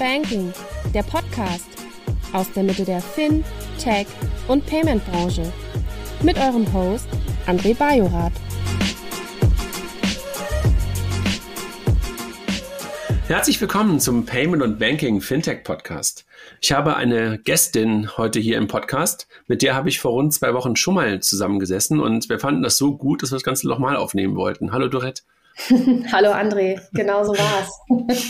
Banking, der Podcast aus der Mitte der Fin-, Tech- und Payment-Branche. Mit eurem Host André Bajorath. Herzlich willkommen zum Payment und Banking Fintech Podcast. Ich habe eine Gästin heute hier im Podcast, mit der habe ich vor rund 2 Wochen schon mal zusammengesessen und wir fanden das so gut, dass wir das Ganze nochmal aufnehmen wollten. Hallo Dorette. Hallo André, genau so war's.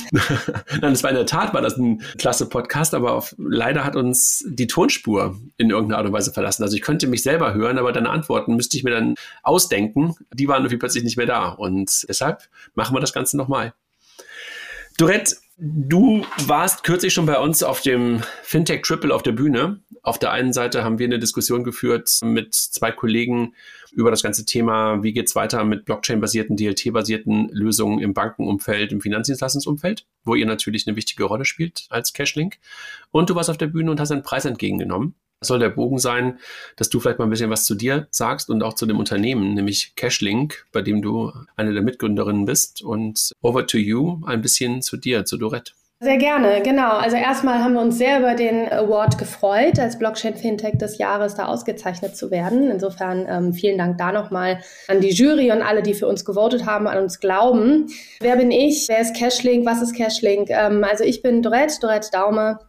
Nein, das war in der Tat das ein klasse Podcast, aber leider hat uns die Tonspur in irgendeiner Art und Weise verlassen. Also ich könnte mich selber hören, aber deine Antworten müsste ich mir dann ausdenken. Die waren irgendwie plötzlich nicht mehr da und deshalb machen wir das Ganze nochmal. Dorette, du warst kürzlich schon bei uns auf dem Fintech Triple auf der Bühne. Auf der einen Seite haben wir eine Diskussion geführt mit 2 Kollegen über das ganze Thema, wie geht's weiter mit Blockchain-basierten, DLT-basierten Lösungen im Bankenumfeld, im Finanzdienstleistungsumfeld, wo ihr natürlich eine wichtige Rolle spielt als Cashlink. Und du warst auf der Bühne und hast einen Preis entgegengenommen. Das soll der Bogen sein, dass du vielleicht mal ein bisschen was zu dir sagst und auch zu dem Unternehmen, nämlich Cashlink, bei dem du eine der Mitgründerinnen bist. Und over to you, ein bisschen zu dir, zu Dorette. Sehr gerne, genau. Also erstmal haben wir uns sehr über den Award gefreut, als Blockchain-Fintech des Jahres da ausgezeichnet zu werden. Insofern vielen Dank da nochmal an die Jury und alle, die für uns gewotet haben, an uns glauben. Wer bin ich? Wer ist Cashlink? Was ist Cashlink? Also ich bin Dorette Daume,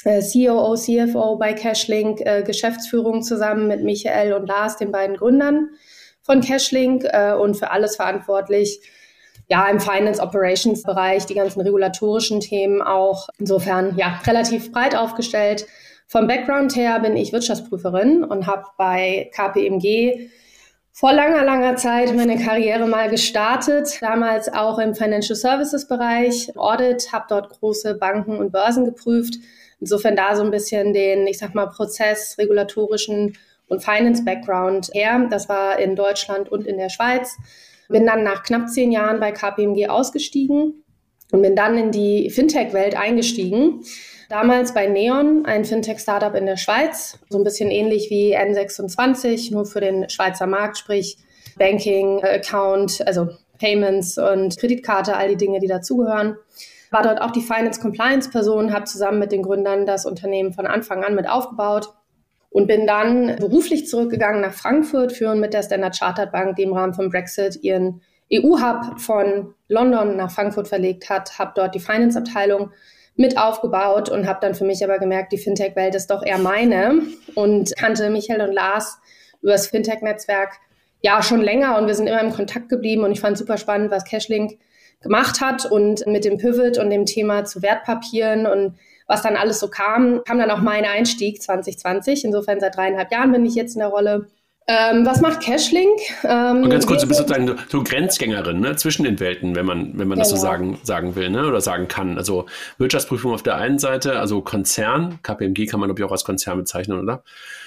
COO, CFO bei Cashlink, Geschäftsführung zusammen mit Michael und Lars, den beiden Gründern von Cashlink und für alles verantwortlich. Ja, im Finance-Operations-Bereich, die ganzen regulatorischen Themen auch. Insofern, ja, relativ breit aufgestellt. Vom Background her bin ich Wirtschaftsprüferin und habe bei KPMG vor langer Zeit meine Karriere mal gestartet. Damals auch im Financial Services-Bereich, Audit, habe dort große Banken und Börsen geprüft. Insofern da so ein bisschen den, ich sag mal, Prozess, regulatorischen und Finance-Background her. Das war in Deutschland und in der Schweiz. Bin dann nach knapp 10 Jahren bei KPMG ausgestiegen und bin dann in die Fintech-Welt eingestiegen. Damals bei Neon, ein Fintech-Startup in der Schweiz, so ein bisschen ähnlich wie N26, nur für den Schweizer Markt, sprich Banking, Account, also Payments und Kreditkarte, all die Dinge, die dazugehören. War dort auch die Finance-Compliance-Person, habe zusammen mit den Gründern das Unternehmen von Anfang an mit aufgebaut. Und bin dann beruflich zurückgegangen nach Frankfurt, führen mit der Standard Chartered Bank, die im Rahmen vom Brexit ihren EU-Hub von London nach Frankfurt verlegt hat, habe dort die Finance-Abteilung mit aufgebaut und habe dann für mich aber gemerkt, die Fintech-Welt ist doch eher meine und kannte Michael und Lars über das Fintech-Netzwerk ja schon länger und wir sind immer im Kontakt geblieben und ich fand super spannend, was Cashlink gemacht hat und mit dem Pivot und dem Thema zu Wertpapieren und was dann alles so kam dann auch mein Einstieg 2020. Insofern seit 3,5 Jahren bin ich jetzt in der Rolle. Was macht Cashlink? Und ganz kurz, du bist sozusagen so Grenzgängerin, ne, zwischen den Welten, wenn man das so sagen will, ne, oder sagen kann. Also Wirtschaftsprüfung auf der einen Seite, also Konzern, KPMG kann man glaube ich auch als Konzern bezeichnen, oder?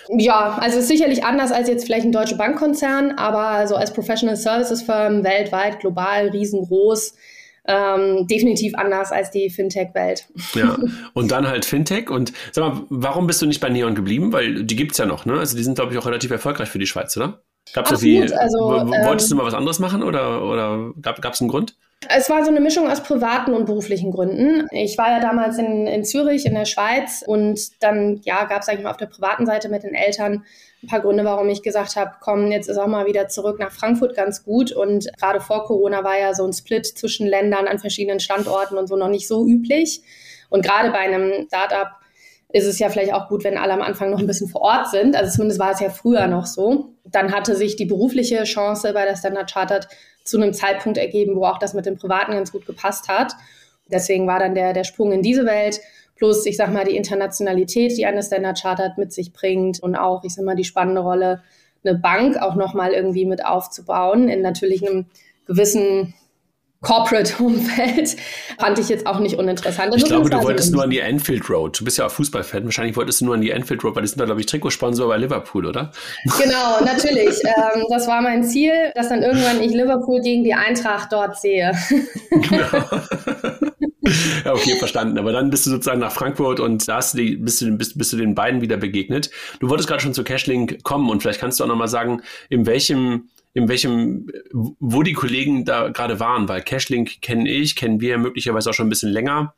Ja, also ist sicherlich anders als jetzt vielleicht ein deutscher Bankkonzern, aber so als Professional Services Firm weltweit, global, riesengroß, definitiv anders als die Fintech-Welt. Ja, und dann halt Fintech. Und sag mal, warum bist du nicht bei Neon geblieben? Weil die gibt's ja noch, ne? Also die sind, glaube ich, auch relativ erfolgreich für die Schweiz, oder? Wolltest du mal was anderes machen oder gab's einen Grund? Es war so eine Mischung aus privaten und beruflichen Gründen. Ich war ja damals in Zürich, in der Schweiz und dann gab es eigentlich mal auf der privaten Seite mit den Eltern ein paar Gründe, warum ich gesagt habe, komm, jetzt ist auch mal wieder zurück nach Frankfurt ganz gut. Und gerade vor Corona war ja so ein Split zwischen Ländern an verschiedenen Standorten und so noch nicht so üblich. Und gerade bei einem Startup ist es ja vielleicht auch gut, wenn alle am Anfang noch ein bisschen vor Ort sind. Also zumindest war es ja früher noch so. Dann hatte sich die berufliche Chance bei der Standard Chartered zu einem Zeitpunkt ergeben, wo auch das mit dem Privaten ganz gut gepasst hat. Deswegen war dann der Sprung in diese Welt. Plus, ich sag mal, die Internationalität, die eine Standard Chartered mit sich bringt und auch, ich sag mal, die spannende Rolle, eine Bank auch nochmal irgendwie mit aufzubauen in natürlich einem gewissen Corporate-Umfeld, fand ich jetzt auch nicht uninteressant. Ich glaube, du wolltest nur an die Anfield Road. Du bist ja auch Fußballfan. Wahrscheinlich wolltest du nur an die Anfield Road, weil die sind da, glaube ich, Trikotsponsor bei Liverpool, oder? Genau, natürlich. Das war mein Ziel, dass dann irgendwann ich Liverpool gegen die Eintracht dort sehe. Genau. Ja, okay, verstanden. Aber dann bist du sozusagen nach Frankfurt und da bist du den beiden wieder begegnet. Du wolltest gerade schon zu Cashlink kommen und vielleicht kannst du auch nochmal sagen, wo die Kollegen da gerade waren, weil Cashlink kennen wir möglicherweise auch schon ein bisschen länger.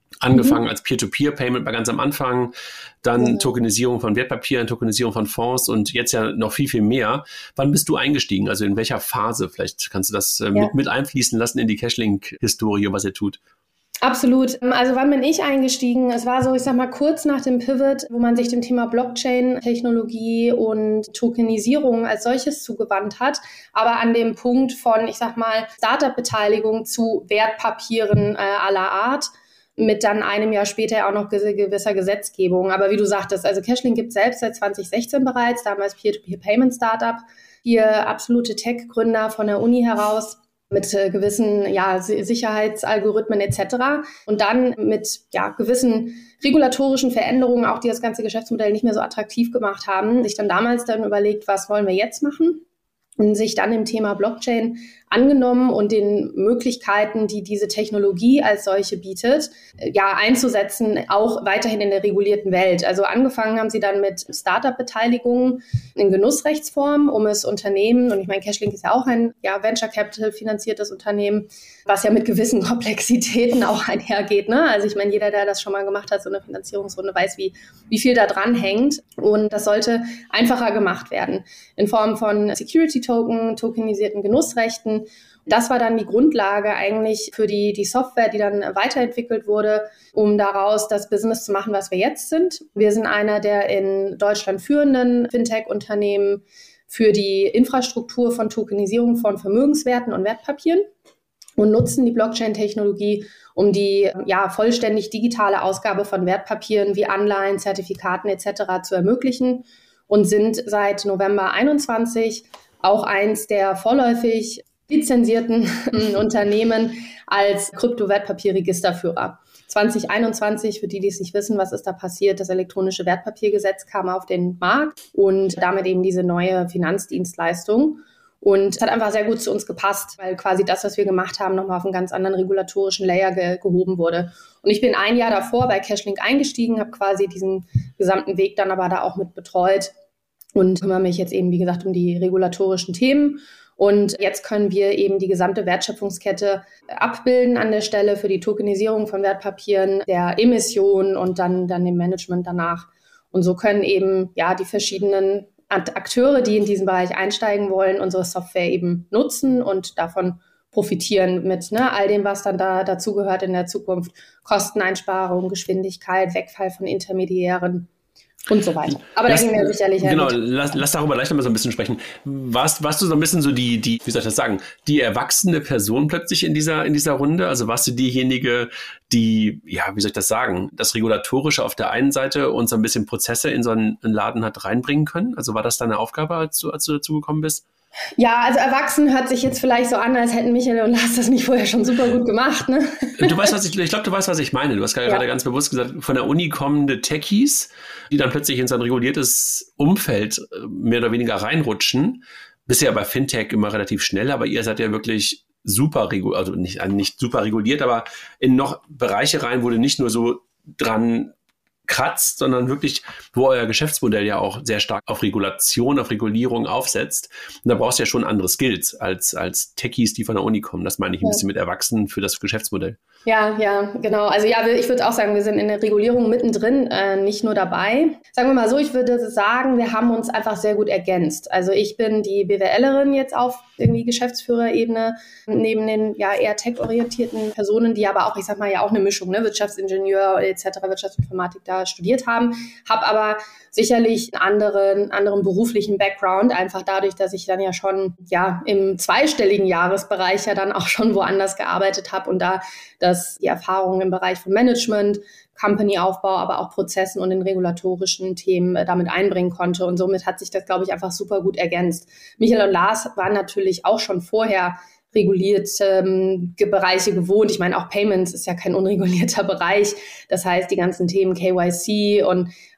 Angefangen als Peer-to-Peer-Payment bei ganz am Anfang, dann Tokenisierung von Wertpapieren, Tokenisierung von Fonds und jetzt ja noch viel, viel mehr. Wann bist du eingestiegen? Also in welcher Phase? Vielleicht kannst du das mit einfließen lassen in die Cashlink-Historie, was ihr tut. Absolut. Also wann bin ich eingestiegen? Es war so, ich sag mal, kurz nach dem Pivot, wo man sich dem Thema Blockchain-Technologie und Tokenisierung als solches zugewandt hat. Aber an dem Punkt von, ich sag mal, Startup-Beteiligung zu Wertpapieren aller Art, mit dann einem Jahr später auch noch gewisser Gesetzgebung. Aber wie du sagtest, also Cashlink gibt es selbst seit 2016 bereits, damals Peer-to-Peer-Payment-Startup. Hier absolute Tech-Gründer von der Uni heraus, mit gewissen Sicherheitsalgorithmen etc. Und dann mit gewissen regulatorischen Veränderungen, auch die das ganze Geschäftsmodell nicht mehr so attraktiv gemacht haben, sich dann damals überlegt, was wollen wir jetzt machen? Und sich dann im Thema Blockchain angenommen und den Möglichkeiten, die diese Technologie als solche bietet, einzusetzen, auch weiterhin in der regulierten Welt. Also angefangen haben sie dann mit Startup-Beteiligungen in Genussrechtsform, um es Unternehmen, und ich meine, Cashlink ist ja auch ein Venture Capital finanziertes Unternehmen, was ja mit gewissen Komplexitäten auch einhergeht, ne? Also ich meine, jeder, der das schon mal gemacht hat, so eine Finanzierungsrunde, weiß, wie viel da dran hängt. Und das sollte einfacher gemacht werden in Form von Security-Token, tokenisierten Genussrechten. Das war dann die Grundlage eigentlich für die Software, die dann weiterentwickelt wurde, um daraus das Business zu machen, was wir jetzt sind. Wir sind einer der in Deutschland führenden Fintech-Unternehmen für die Infrastruktur von Tokenisierung von Vermögenswerten und Wertpapieren und nutzen die Blockchain-Technologie, um die vollständig digitale Ausgabe von Wertpapieren wie Anleihen, Zertifikaten etc. zu ermöglichen und sind seit November 21 auch eins der vorläufig lizenzierten Unternehmen als Kryptowertpapierregisterführer. 2021, für die es nicht wissen, was ist da passiert, das elektronische Wertpapiergesetz kam auf den Markt und damit eben diese neue Finanzdienstleistung. Und es hat einfach sehr gut zu uns gepasst, weil quasi das, was wir gemacht haben, nochmal auf einen ganz anderen regulatorischen Layer gehoben wurde. Und ich bin ein Jahr davor bei Cashlink eingestiegen, habe quasi diesen gesamten Weg dann aber da auch mit betreut und kümmere mich jetzt eben, wie gesagt, um die regulatorischen Themen. Und jetzt können wir eben die gesamte Wertschöpfungskette abbilden an der Stelle für die Tokenisierung von Wertpapieren, der Emission und dann dem Management danach. Und so können eben die verschiedenen Akteure, die in diesen Bereich einsteigen wollen, unsere Software eben nutzen und davon profitieren mit all dem, was dann dazugehört in der Zukunft. Kosteneinsparung, Geschwindigkeit, Wegfall von Intermediären und so weiter. Aber da gehen wir sicherlich Genau, lass darüber gleich noch mal so ein bisschen sprechen. Warst du so ein bisschen so die, wie soll ich das sagen, die erwachsene Person plötzlich in dieser Runde? Also warst du diejenige, die, wie soll ich das sagen, das Regulatorische auf der einen Seite und so ein bisschen Prozesse in so einen Laden hat reinbringen können? Also war das deine Aufgabe, als du dazu gekommen bist? Ja, also erwachsen hört sich jetzt vielleicht so an, als hätten Michael und Lars das nicht vorher schon super gut gemacht, ne? Ich glaube, du weißt, was ich meine. Du hast gerade ganz bewusst gesagt, von der Uni kommende Techies, die dann plötzlich in so ein reguliertes Umfeld mehr oder weniger reinrutschen. Bisher bei Fintech immer relativ schnell, aber ihr seid ja wirklich super reguliert, also nicht super reguliert, aber in noch Bereiche rein, wo du nicht nur so dran kratzt, sondern wirklich, wo euer Geschäftsmodell ja auch sehr stark auf Regulation, auf Regulierung aufsetzt. Und da brauchst du ja schon andere Skills als Techies, die von der Uni kommen. Das meine ich ein bisschen mit Erwachsenen für das Geschäftsmodell. Ja, genau. Also ich würde auch sagen, wir sind in der Regulierung mittendrin, nicht nur dabei. Sagen wir mal so, ich würde sagen, wir haben uns einfach sehr gut ergänzt. Also ich bin die BWLerin jetzt auf irgendwie Geschäftsführerebene, neben den eher tech-orientierten Personen, die aber auch, ich sag mal, auch eine Mischung, ne, Wirtschaftsingenieur etc., Wirtschaftsinformatik da studiert haben, habe aber sicherlich einen anderen beruflichen Background, einfach dadurch, dass ich dann ja schon im zweistelligen Jahresbereich dann auch schon woanders gearbeitet habe und da die Erfahrungen im Bereich von Management, Company-Aufbau, aber auch Prozessen und den regulatorischen Themen damit einbringen konnte. Und somit hat sich das, glaube ich, einfach super gut ergänzt. Michael und Lars waren natürlich auch schon vorher regulierte Bereiche gewohnt. Ich meine, auch Payments ist ja kein unregulierter Bereich. Das heißt, die ganzen Themen KYC und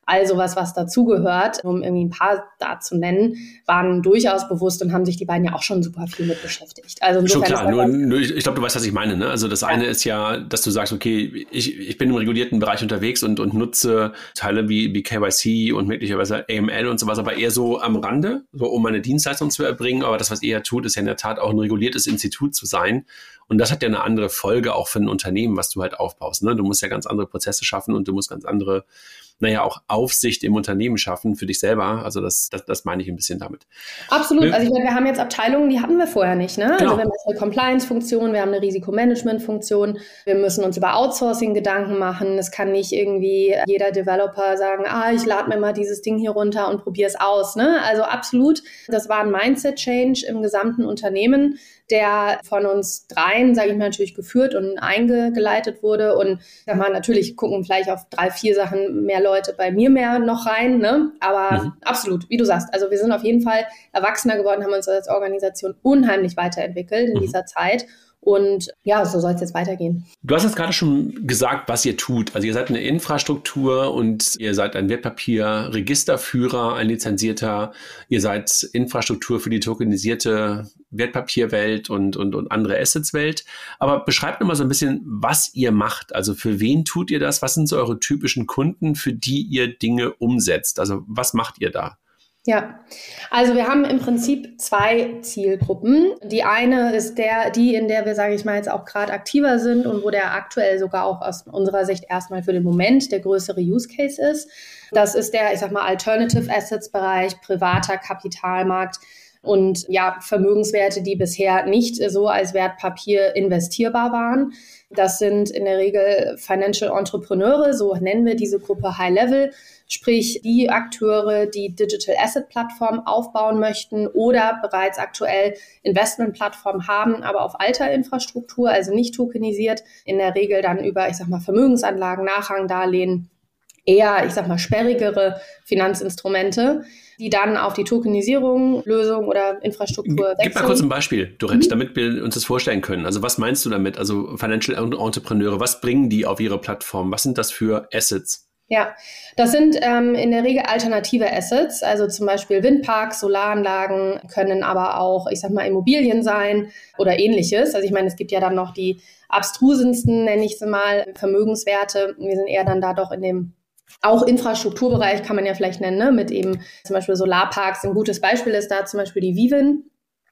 all sowas, was dazugehört, um irgendwie ein paar da zu nennen, waren durchaus bewusst und haben sich die beiden ja auch schon super viel mit beschäftigt. Also schon klar, nur ich glaube, du weißt, was ich meine. Ne? Also das eine ist ja, dass du sagst, okay, ich bin im regulierten Bereich unterwegs und nutze Teile wie KYC und möglicherweise AML und sowas, aber eher so am Rande, so um meine Dienstleistung zu erbringen. Aber das, was ihr ja tut, ist ja in der Tat auch ein reguliertes Institut zu sein. Und das hat ja eine andere Folge auch für ein Unternehmen, was du halt aufbaust. Ne? Du musst ja ganz andere Prozesse schaffen und du musst ganz andere, auch Aufsicht im Unternehmen schaffen für dich selber. Also das meine ich ein bisschen damit. Absolut. Also ich meine, wir haben jetzt Abteilungen, die hatten wir vorher nicht. Ne? Genau. Also wir haben jetzt eine Compliance-Funktion, wir haben eine Risikomanagement-Funktion. Wir müssen uns über Outsourcing Gedanken machen. Es kann nicht irgendwie jeder Developer sagen, ich lade mir mal dieses Ding hier runter und probiere es aus. Ne? Also absolut. Das war ein Mindset-Change im gesamten Unternehmen, der von uns dreien, sage ich mal, natürlich geführt und eingeleitet wurde. Und sag mal, natürlich gucken vielleicht auf 3, 4 Sachen mehr Leute bei mir mehr noch rein. Ne? Aber absolut, wie du sagst, also wir sind auf jeden Fall erwachsener geworden, haben uns als Organisation unheimlich weiterentwickelt in dieser Zeit. Und ja, so soll es jetzt weitergehen. Du hast jetzt gerade schon gesagt, was ihr tut. Also ihr seid eine Infrastruktur und ihr seid ein Wertpapierregisterführer, ein Lizenzierter. Ihr seid Infrastruktur für die tokenisierte Wertpapierwelt und andere Assetswelt. Aber beschreibt nochmal so ein bisschen, was ihr macht. Also für wen tut ihr das? Was sind so eure typischen Kunden, für die ihr Dinge umsetzt? Also was macht ihr da? Ja, also wir haben im Prinzip 2 Zielgruppen. Die eine ist die, in der wir, sage ich mal, jetzt auch gerade aktiver sind und wo der aktuell sogar auch aus unserer Sicht erstmal für den Moment der größere Use Case ist. Das ist der, ich sag mal, Alternative Assets Bereich, privater Kapitalmarkt und ja, Vermögenswerte, die bisher nicht so als Wertpapier investierbar waren. Das sind in der Regel Financial Entrepreneure, so nennen wir diese Gruppe High Level, sprich die Akteure, die Digital Asset Plattformen aufbauen möchten oder bereits aktuell Investmentplattformen haben, aber auf alter Infrastruktur, also nicht tokenisiert, in der Regel dann über, ich sag mal, Vermögensanlagen, Nachrangdarlehen, eher, ich sag mal, sperrigere Finanzinstrumente, die dann auf die Tokenisierung, Lösung oder Infrastruktur wechseln. Gib mal kurz ein Beispiel, Dorette, damit wir uns das vorstellen können. Also was meinst du damit? Also Financial Entrepreneure, was bringen die auf ihre Plattform? Was sind das für Assets? Ja, das sind in der Regel alternative Assets, also zum Beispiel Windparks, Solaranlagen, können aber auch, ich sag mal, Immobilien sein oder ähnliches. Also ich meine, es gibt ja dann noch die abstrusesten, nenne ich sie mal, Vermögenswerte. Wir sind eher dann da doch in dem auch Infrastrukturbereich, kann man ja vielleicht nennen, ne? Mit eben zum Beispiel Solarparks. Ein gutes Beispiel ist da zum Beispiel die Vivin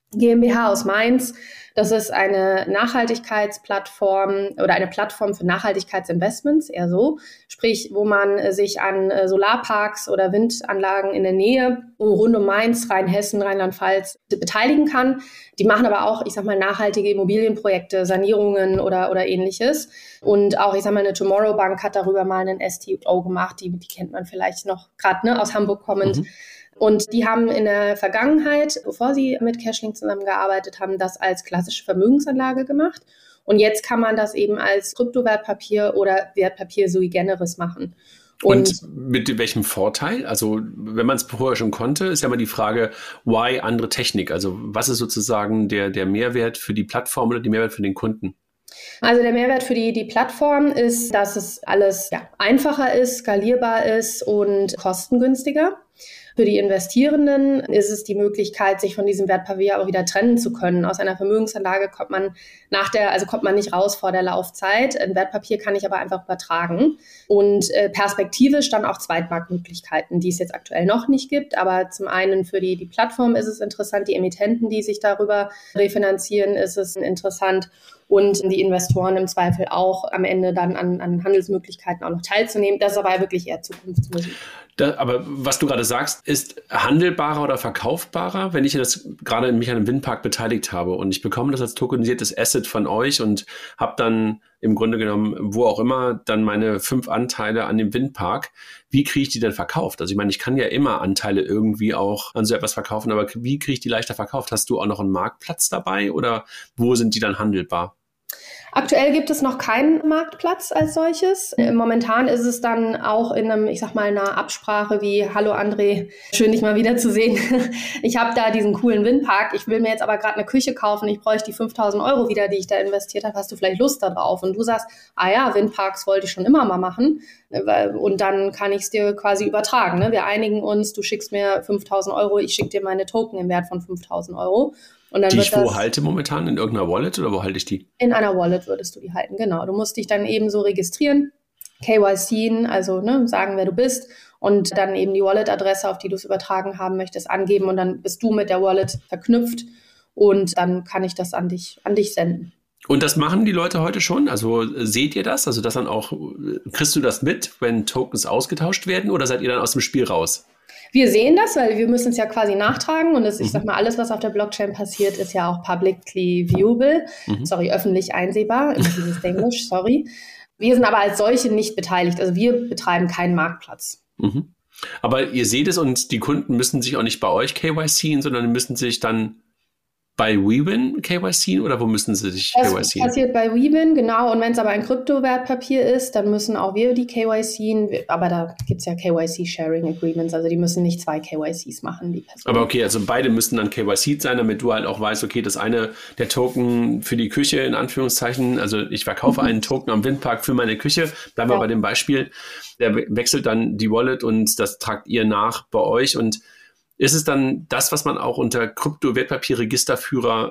GmbH aus Mainz. Das ist eine Nachhaltigkeitsplattform oder eine Plattform für Nachhaltigkeitsinvestments, eher so. Sprich, wo man sich an Solarparks oder Windanlagen in der Nähe rund um Mainz, Rheinhessen, Rheinland-Pfalz beteiligen kann. Die machen aber auch, ich sag mal, nachhaltige Immobilienprojekte, Sanierungen oder ähnliches. Und auch, ich sag mal, eine Tomorrow Bank hat darüber mal einen STO gemacht. Die kennt man vielleicht noch gerade, aus Hamburg kommend. Und die haben in der Vergangenheit, bevor sie mit Cashlink zusammengearbeitet haben, das als klassische Vermögensanlage gemacht. Und jetzt kann man das eben als Kryptowertpapier oder Wertpapier sui generis machen. Und mit welchem Vorteil? Also wenn man es vorher schon konnte, ist ja mal die Frage, why andere Technik? Also was ist sozusagen der Mehrwert für die Plattform oder der Mehrwert für den Kunden? Also der Mehrwert für die Plattform ist, dass es alles einfacher ist, skalierbar ist und kostengünstiger. Für die Investierenden ist es die Möglichkeit, sich von diesem Wertpapier auch wieder trennen zu können. Aus einer Vermögensanlage kommt man nicht raus vor der Laufzeit. Ein Wertpapier kann ich aber einfach übertragen. Und perspektivisch dann auch Zweitmarktmöglichkeiten, die es jetzt aktuell noch nicht gibt. Aber zum einen für die Plattform ist es interessant, die Emittenten, die sich darüber refinanzieren, ist es interessant. Und die Investoren im Zweifel auch am Ende dann an Handelsmöglichkeiten auch noch teilzunehmen. Das ist aber wirklich eher Zukunftsmusik. Aber was du gerade sagst, ist handelbarer oder verkaufbarer, wenn ich jetzt gerade mich an einem Windpark beteiligt habe und ich bekomme das als tokenisiertes Asset von euch und habe dann im Grunde genommen, wo auch immer, dann meine 5 Anteile an dem Windpark. Wie kriege ich die denn verkauft? Also ich meine, ich kann ja immer Anteile irgendwie auch an so etwas verkaufen, aber wie kriege ich die leichter verkauft? Hast du auch noch einen Marktplatz dabei oder wo sind die dann handelbar? Aktuell gibt es noch keinen Marktplatz als solches. Momentan ist es dann auch in einem, ich sag mal, einer Absprache wie, hallo André, schön dich mal wiederzusehen. Ich habe da diesen coolen Windpark, ich will mir jetzt aber gerade eine Küche kaufen, ich bräuchte die 5.000 € wieder, die ich da investiert habe, hast du vielleicht Lust darauf? Und du sagst, Windparks wollte ich schon immer mal machen und dann kann ich es dir quasi übertragen. Ne? Wir einigen uns, du schickst mir 5.000 €, ich schicke dir meine Token im Wert von 5.000 €. Und dann die ich wo halte momentan? In irgendeiner Wallet oder wo halte ich die? In einer Wallet würdest du die halten, genau. Du musst dich dann eben so registrieren, KYC, also sagen, wer du bist und dann eben die Wallet-Adresse, auf die du es übertragen haben möchtest, angeben und dann bist du mit der Wallet verknüpft und dann kann ich das an dich senden. Und das machen die Leute heute schon? Also seht ihr das? Also das dann auch, kriegst du das mit, wenn Tokens ausgetauscht werden oder seid ihr dann aus dem Spiel raus? Wir sehen das, weil wir müssen es ja quasi nachtragen und ich sag mal, alles, was auf der Blockchain passiert, ist ja auch publicly viewable, öffentlich einsehbar, immer dieses Englisch, sorry. Wir sind aber als solche nicht beteiligt, also wir betreiben keinen Marktplatz. Mhm. Aber ihr seht es und die Kunden müssen sich auch nicht bei euch KYCen, sondern müssen sich dann bei WeWin KYCen oder wo müssen sie sich KYCen? Das passiert bei WeWin, genau. Und wenn es aber ein Kryptowertpapier ist, dann müssen auch wir die KYCen, aber da gibt es ja KYC-Sharing-Agreements, also die müssen nicht 2 KYCs machen, die Person. Aber okay, also beide müssen dann KYC'd sein, damit du halt auch weißt, okay, das eine, der Token für die Küche, in Anführungszeichen, also ich verkaufe einen Token am Windpark für meine Küche, bleiben wir bei dem Beispiel, der wechselt dann die Wallet und das tragt ihr nach bei euch und ist es dann das, was man auch unter Krypto-Wertpapier-Registerführer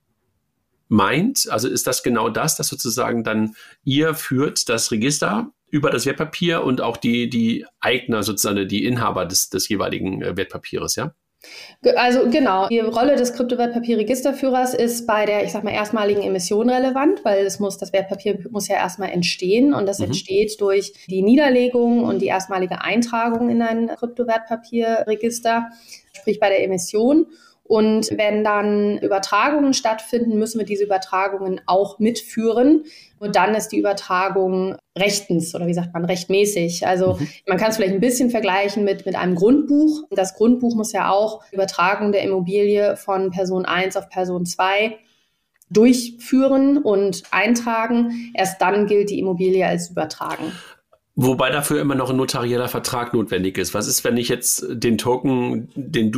meint? Also ist das genau das, dass sozusagen dann ihr führt das Register über das Wertpapier und auch die Eigner, sozusagen die Inhaber des jeweiligen Wertpapiers, ja? Also genau, die Rolle des Kryptowertpapier-Registerführers ist bei der, ich sag mal, erstmaligen Emission relevant, weil das Wertpapier muss ja erstmal entstehen und das entsteht durch die Niederlegung und die erstmalige Eintragung in ein Kryptowertpapierregister, sprich bei der Emission. Und wenn dann Übertragungen stattfinden, müssen wir diese Übertragungen auch mitführen. Und dann ist die Übertragung rechtens oder wie sagt man, rechtmäßig. Also man kann es vielleicht ein bisschen vergleichen mit einem Grundbuch. Das Grundbuch muss ja auch Übertragung der Immobilie von Person 1 auf Person 2 durchführen und eintragen. Erst dann gilt die Immobilie als übertragen. Wobei dafür immer noch ein notarieller Vertrag notwendig ist. Was ist, wenn ich jetzt den Token,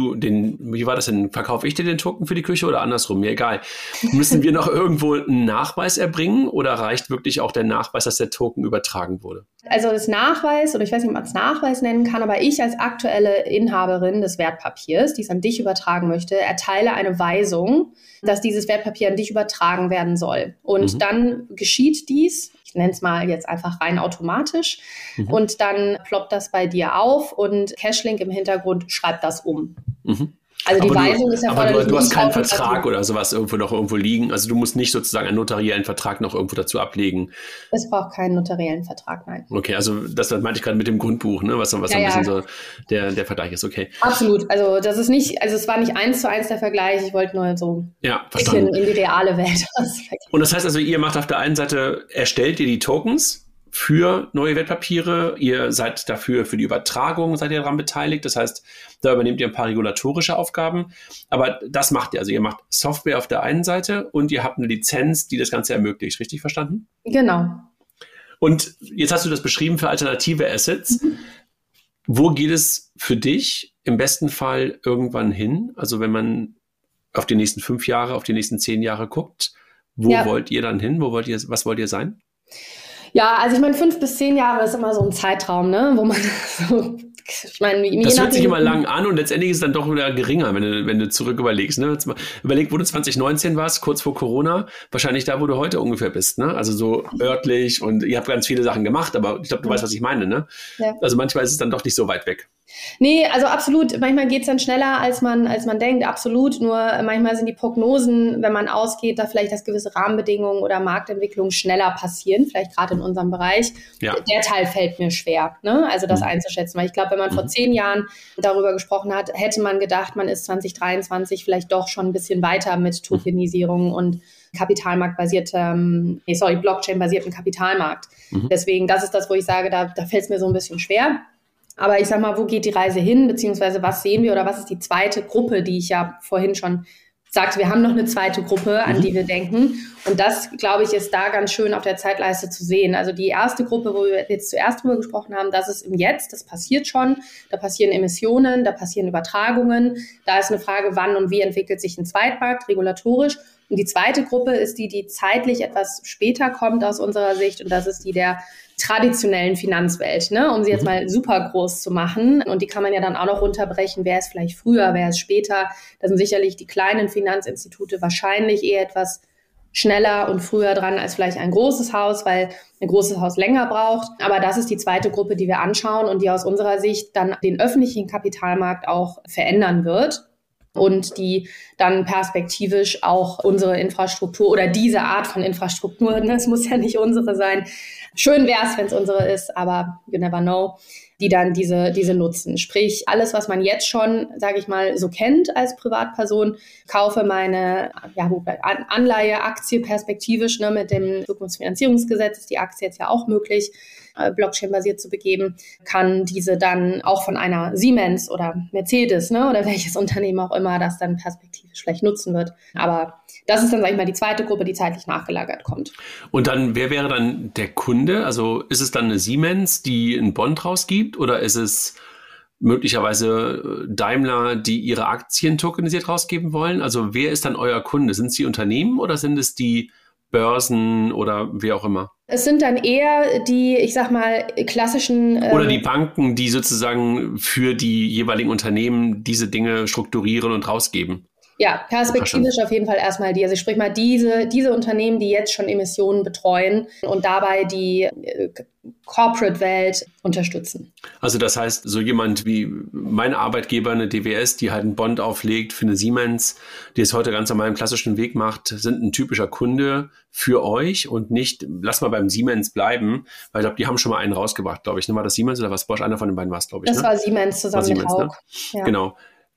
wie war das denn? Verkaufe ich dir den Token für die Küche oder andersrum? Mir egal. Müssen wir noch irgendwo einen Nachweis erbringen oder reicht wirklich auch der Nachweis, dass der Token übertragen wurde? Also das Nachweis, oder ich weiß nicht, ob man es Nachweis nennen kann, aber ich als aktuelle Inhaberin des Wertpapiers, die es an dich übertragen möchte, erteile eine Weisung, dass dieses Wertpapier an dich übertragen werden soll. Und dann geschieht dies, ich nenne es mal jetzt einfach rein automatisch, und dann ploppt das bei dir auf und Cashlink im Hintergrund schreibt das um. Also die Weisung ist ja aber du hast keinen Vertrag oder sowas irgendwo liegen. Also du musst nicht sozusagen einen notariellen Vertrag noch irgendwo dazu ablegen. Es braucht keinen notariellen Vertrag, nein. Okay, also das meinte ich gerade mit dem Grundbuch, ne? Was so ein bisschen so der Vergleich ist, okay. Absolut, also das ist nicht, also es war nicht 1:1 der Vergleich, ich wollte nur so ein bisschen in die reale Welt. Und das heißt also, ihr macht auf der einen Seite, erstellt ihr die Tokens für neue Wertpapiere, ihr seid dafür für die Übertragung, seid ihr daran beteiligt, das heißt, da übernehmt ihr ein paar regulatorische Aufgaben, aber das macht ihr, also ihr macht Software auf der einen Seite und ihr habt eine Lizenz, die das Ganze ermöglicht, richtig verstanden? Genau. Und jetzt hast du das beschrieben für alternative Assets. Wo geht es für dich im besten Fall irgendwann hin? Also wenn man auf die nächsten 5 Jahre, auf die nächsten 10 Jahre guckt, wo wollt ihr dann hin? Was wollt ihr sein? Ja, also ich meine, 5 bis 10 Jahre ist immer so ein Zeitraum, ne, wo man so, ich meine, das hört sich immer lang an und letztendlich ist es dann doch wieder geringer, wenn du zurück überlegst. Ne? Überleg, wo du 2019 warst, kurz vor Corona, wahrscheinlich da, wo du heute ungefähr bist. Ne? Also so örtlich und ihr habt ganz viele Sachen gemacht, aber ich glaube, du weißt, was ich meine. Ne? Ja. Also manchmal ist es dann doch nicht so weit weg. Nee, also absolut. Manchmal geht es dann schneller, als man denkt, absolut. Nur manchmal sind die Prognosen, wenn man ausgeht, da vielleicht, dass gewisse Rahmenbedingungen oder Marktentwicklungen schneller passieren, vielleicht gerade in unserem Bereich. Ja. Der Teil fällt mir schwer, ne? Also das einzuschätzen. Weil ich glaube, wenn man vor 10 Jahren darüber gesprochen hat, hätte man gedacht, man ist 2023 vielleicht doch schon ein bisschen weiter mit Tokenisierung und Blockchain-basierten Kapitalmarkt. Deswegen, das ist das, wo ich sage, da fällt es mir so ein bisschen schwer. Aber ich sag mal, wo geht die Reise hin, beziehungsweise was sehen wir oder was ist die zweite Gruppe, die ich ja vorhin schon sagte, wir haben noch eine zweite Gruppe, an die wir denken. Und das, glaube ich, ist da ganz schön auf der Zeitleiste zu sehen. Also die erste Gruppe, wo wir jetzt zuerst drüber gesprochen haben, das ist im Jetzt, das passiert schon. Da passieren Emissionen, da passieren Übertragungen. Da ist eine Frage, wann und wie entwickelt sich ein Zweitmarkt regulatorisch. Und die zweite Gruppe ist die zeitlich etwas später kommt aus unserer Sicht. Und das ist die der traditionellen Finanzwelt, ne? Um sie jetzt mal super groß zu machen. Und die kann man ja dann auch noch runterbrechen. Wer ist vielleicht früher, wer ist später? Da sind sicherlich die kleinen Finanzinstitute wahrscheinlich eher etwas schneller und früher dran als vielleicht ein großes Haus, weil ein großes Haus länger braucht. Aber das ist die zweite Gruppe, die wir anschauen und die aus unserer Sicht dann den öffentlichen Kapitalmarkt auch verändern wird. Und die dann perspektivisch auch unsere Infrastruktur oder diese Art von Infrastruktur, ne, es muss ja nicht unsere sein, schön wäre es, wenn es unsere ist, aber you never know, die dann diese nutzen. Sprich, alles, was man jetzt schon, sage ich mal, so kennt als Privatperson, kaufe meine Anleihe, Aktie perspektivisch, ne, mit dem Zukunftsfinanzierungsgesetz ist die Aktie jetzt ja auch möglich, Blockchain-basiert zu begeben, kann diese dann auch von einer Siemens oder Mercedes, ne, oder welches Unternehmen auch immer das dann perspektivisch vielleicht nutzen wird. Aber das ist dann, sag ich mal, die zweite Gruppe, die zeitlich nachgelagert kommt. Und dann, wer wäre dann der Kunde? Also ist es dann eine Siemens, die einen Bond rausgibt, oder ist es möglicherweise Daimler, die ihre Aktien tokenisiert rausgeben wollen? Also wer ist dann euer Kunde? Sind es die Unternehmen oder sind es die Börsen oder wer auch immer? Es sind dann eher die, ich sag mal, klassischen... Oder die Banken, die sozusagen für die jeweiligen Unternehmen diese Dinge strukturieren und rausgeben. Ja, perspektivisch auf jeden Fall erstmal die. Also sprich mal diese Unternehmen, die jetzt schon Emissionen betreuen und dabei die Corporate-Welt unterstützen. Also das heißt, so jemand wie mein Arbeitgeber, eine DWS, die halt einen Bond auflegt für eine Siemens, die es heute ganz normal im klassischen Weg macht, sind ein typischer Kunde für euch und nicht, lass mal beim Siemens bleiben, weil ich glaube, die haben schon mal einen rausgebracht, glaube ich. Ne? War das Siemens oder was Bosch? Einer von den beiden war es, glaube ich. Das war Siemens zusammen mit Haug. Ne? Ja. Genau.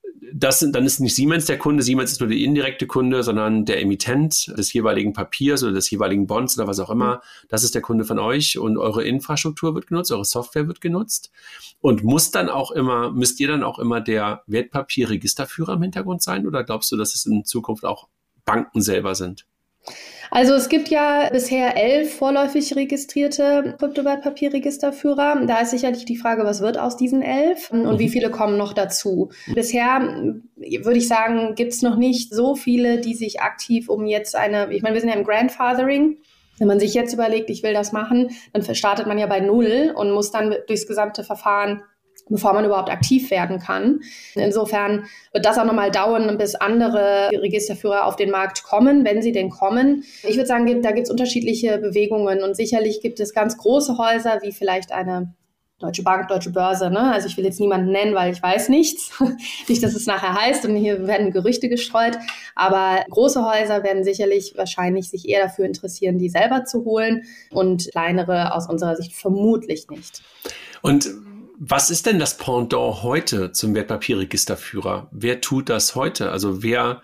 Dann ist nicht Siemens der Kunde, Siemens ist nur der indirekte Kunde, sondern der Emittent des jeweiligen Papiers oder des jeweiligen Bonds oder was auch immer. Das ist der Kunde von euch und eure Infrastruktur wird genutzt, eure Software wird genutzt und müsst ihr dann auch immer der Wertpapierregisterführer im Hintergrund sein, oder glaubst du, dass es in Zukunft auch Banken selber sind? Also es gibt ja bisher 11 vorläufig registrierte Kryptowertpapierregisterführer. Da ist sicherlich die Frage, was wird aus diesen 11 und wie viele kommen noch dazu? Bisher würde ich sagen, gibt es noch nicht so viele, die sich aktiv um jetzt ich meine, wir sind ja im Grandfathering. Wenn man sich jetzt überlegt, ich will das machen, dann startet man ja bei Null und muss dann durchs gesamte Verfahren, bevor man überhaupt aktiv werden kann. Insofern wird das auch nochmal dauern, bis andere Registerführer auf den Markt kommen, wenn sie denn kommen. Ich würde sagen, da gibt es unterschiedliche Bewegungen und sicherlich gibt es ganz große Häuser, wie vielleicht eine Deutsche Bank, Deutsche Börse. Ne? Also ich will jetzt niemanden nennen, weil ich weiß nichts. Nicht, dass es nachher heißt und hier werden Gerüchte gestreut. Aber große Häuser werden wahrscheinlich sich eher dafür interessieren, die selber zu holen und kleinere aus unserer Sicht vermutlich nicht. Und was ist denn das Pendant heute zum Wertpapierregisterführer? Wer tut das heute? Also wer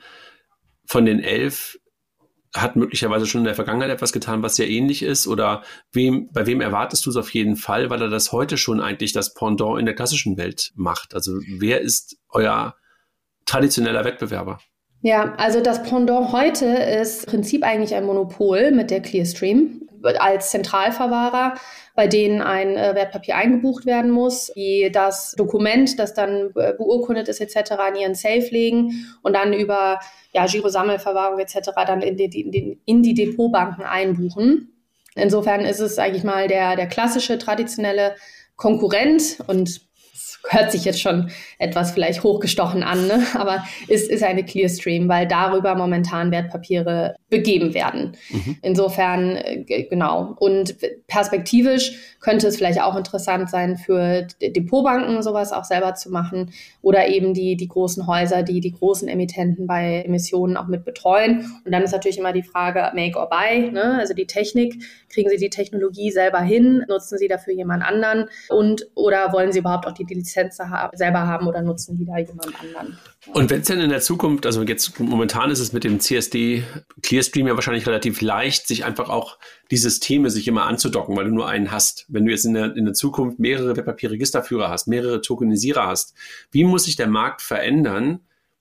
von den 11 hat möglicherweise schon in der Vergangenheit etwas getan, was sehr ähnlich ist? Oder bei wem erwartest du es auf jeden Fall, weil er das heute schon eigentlich das Pendant in der klassischen Welt macht? Also wer ist euer traditioneller Wettbewerber? Ja, also das Pendant heute ist im Prinzip eigentlich ein Monopol mit der Clearstream als Zentralverwahrer, bei denen ein Wertpapier eingebucht werden muss, die das Dokument, das dann beurkundet ist etc. in ihren Safe legen und dann über Girosammelverwahrung etc. dann in die Depotbanken einbuchen. Insofern ist es eigentlich mal der klassische, traditionelle Konkurrent und hört sich jetzt schon etwas vielleicht hochgestochen an, ne? Aber ist eine Clearstream, weil darüber momentan Wertpapiere begeben werden. Insofern, genau. Und perspektivisch könnte es vielleicht auch interessant sein, für Depotbanken sowas auch selber zu machen oder eben die großen Häuser, die großen Emittenten bei Emissionen auch mit betreuen. Und dann ist natürlich immer die Frage, make or buy, ne? Also die Technik, kriegen Sie die Technologie selber hin, nutzen Sie dafür jemand anderen oder wollen Sie überhaupt auch die Lizenz selber haben oder nutzen die da jemand anderen? Und wenn es denn in der Zukunft, also jetzt momentan ist es mit dem CSD Clearstream ja wahrscheinlich relativ leicht, sich einfach auch die Systeme sich immer anzudocken, weil du nur einen hast. Wenn du jetzt in der Zukunft mehrere Wertpapierregisterführer hast, mehrere Tokenisierer hast, wie muss sich der Markt verändern,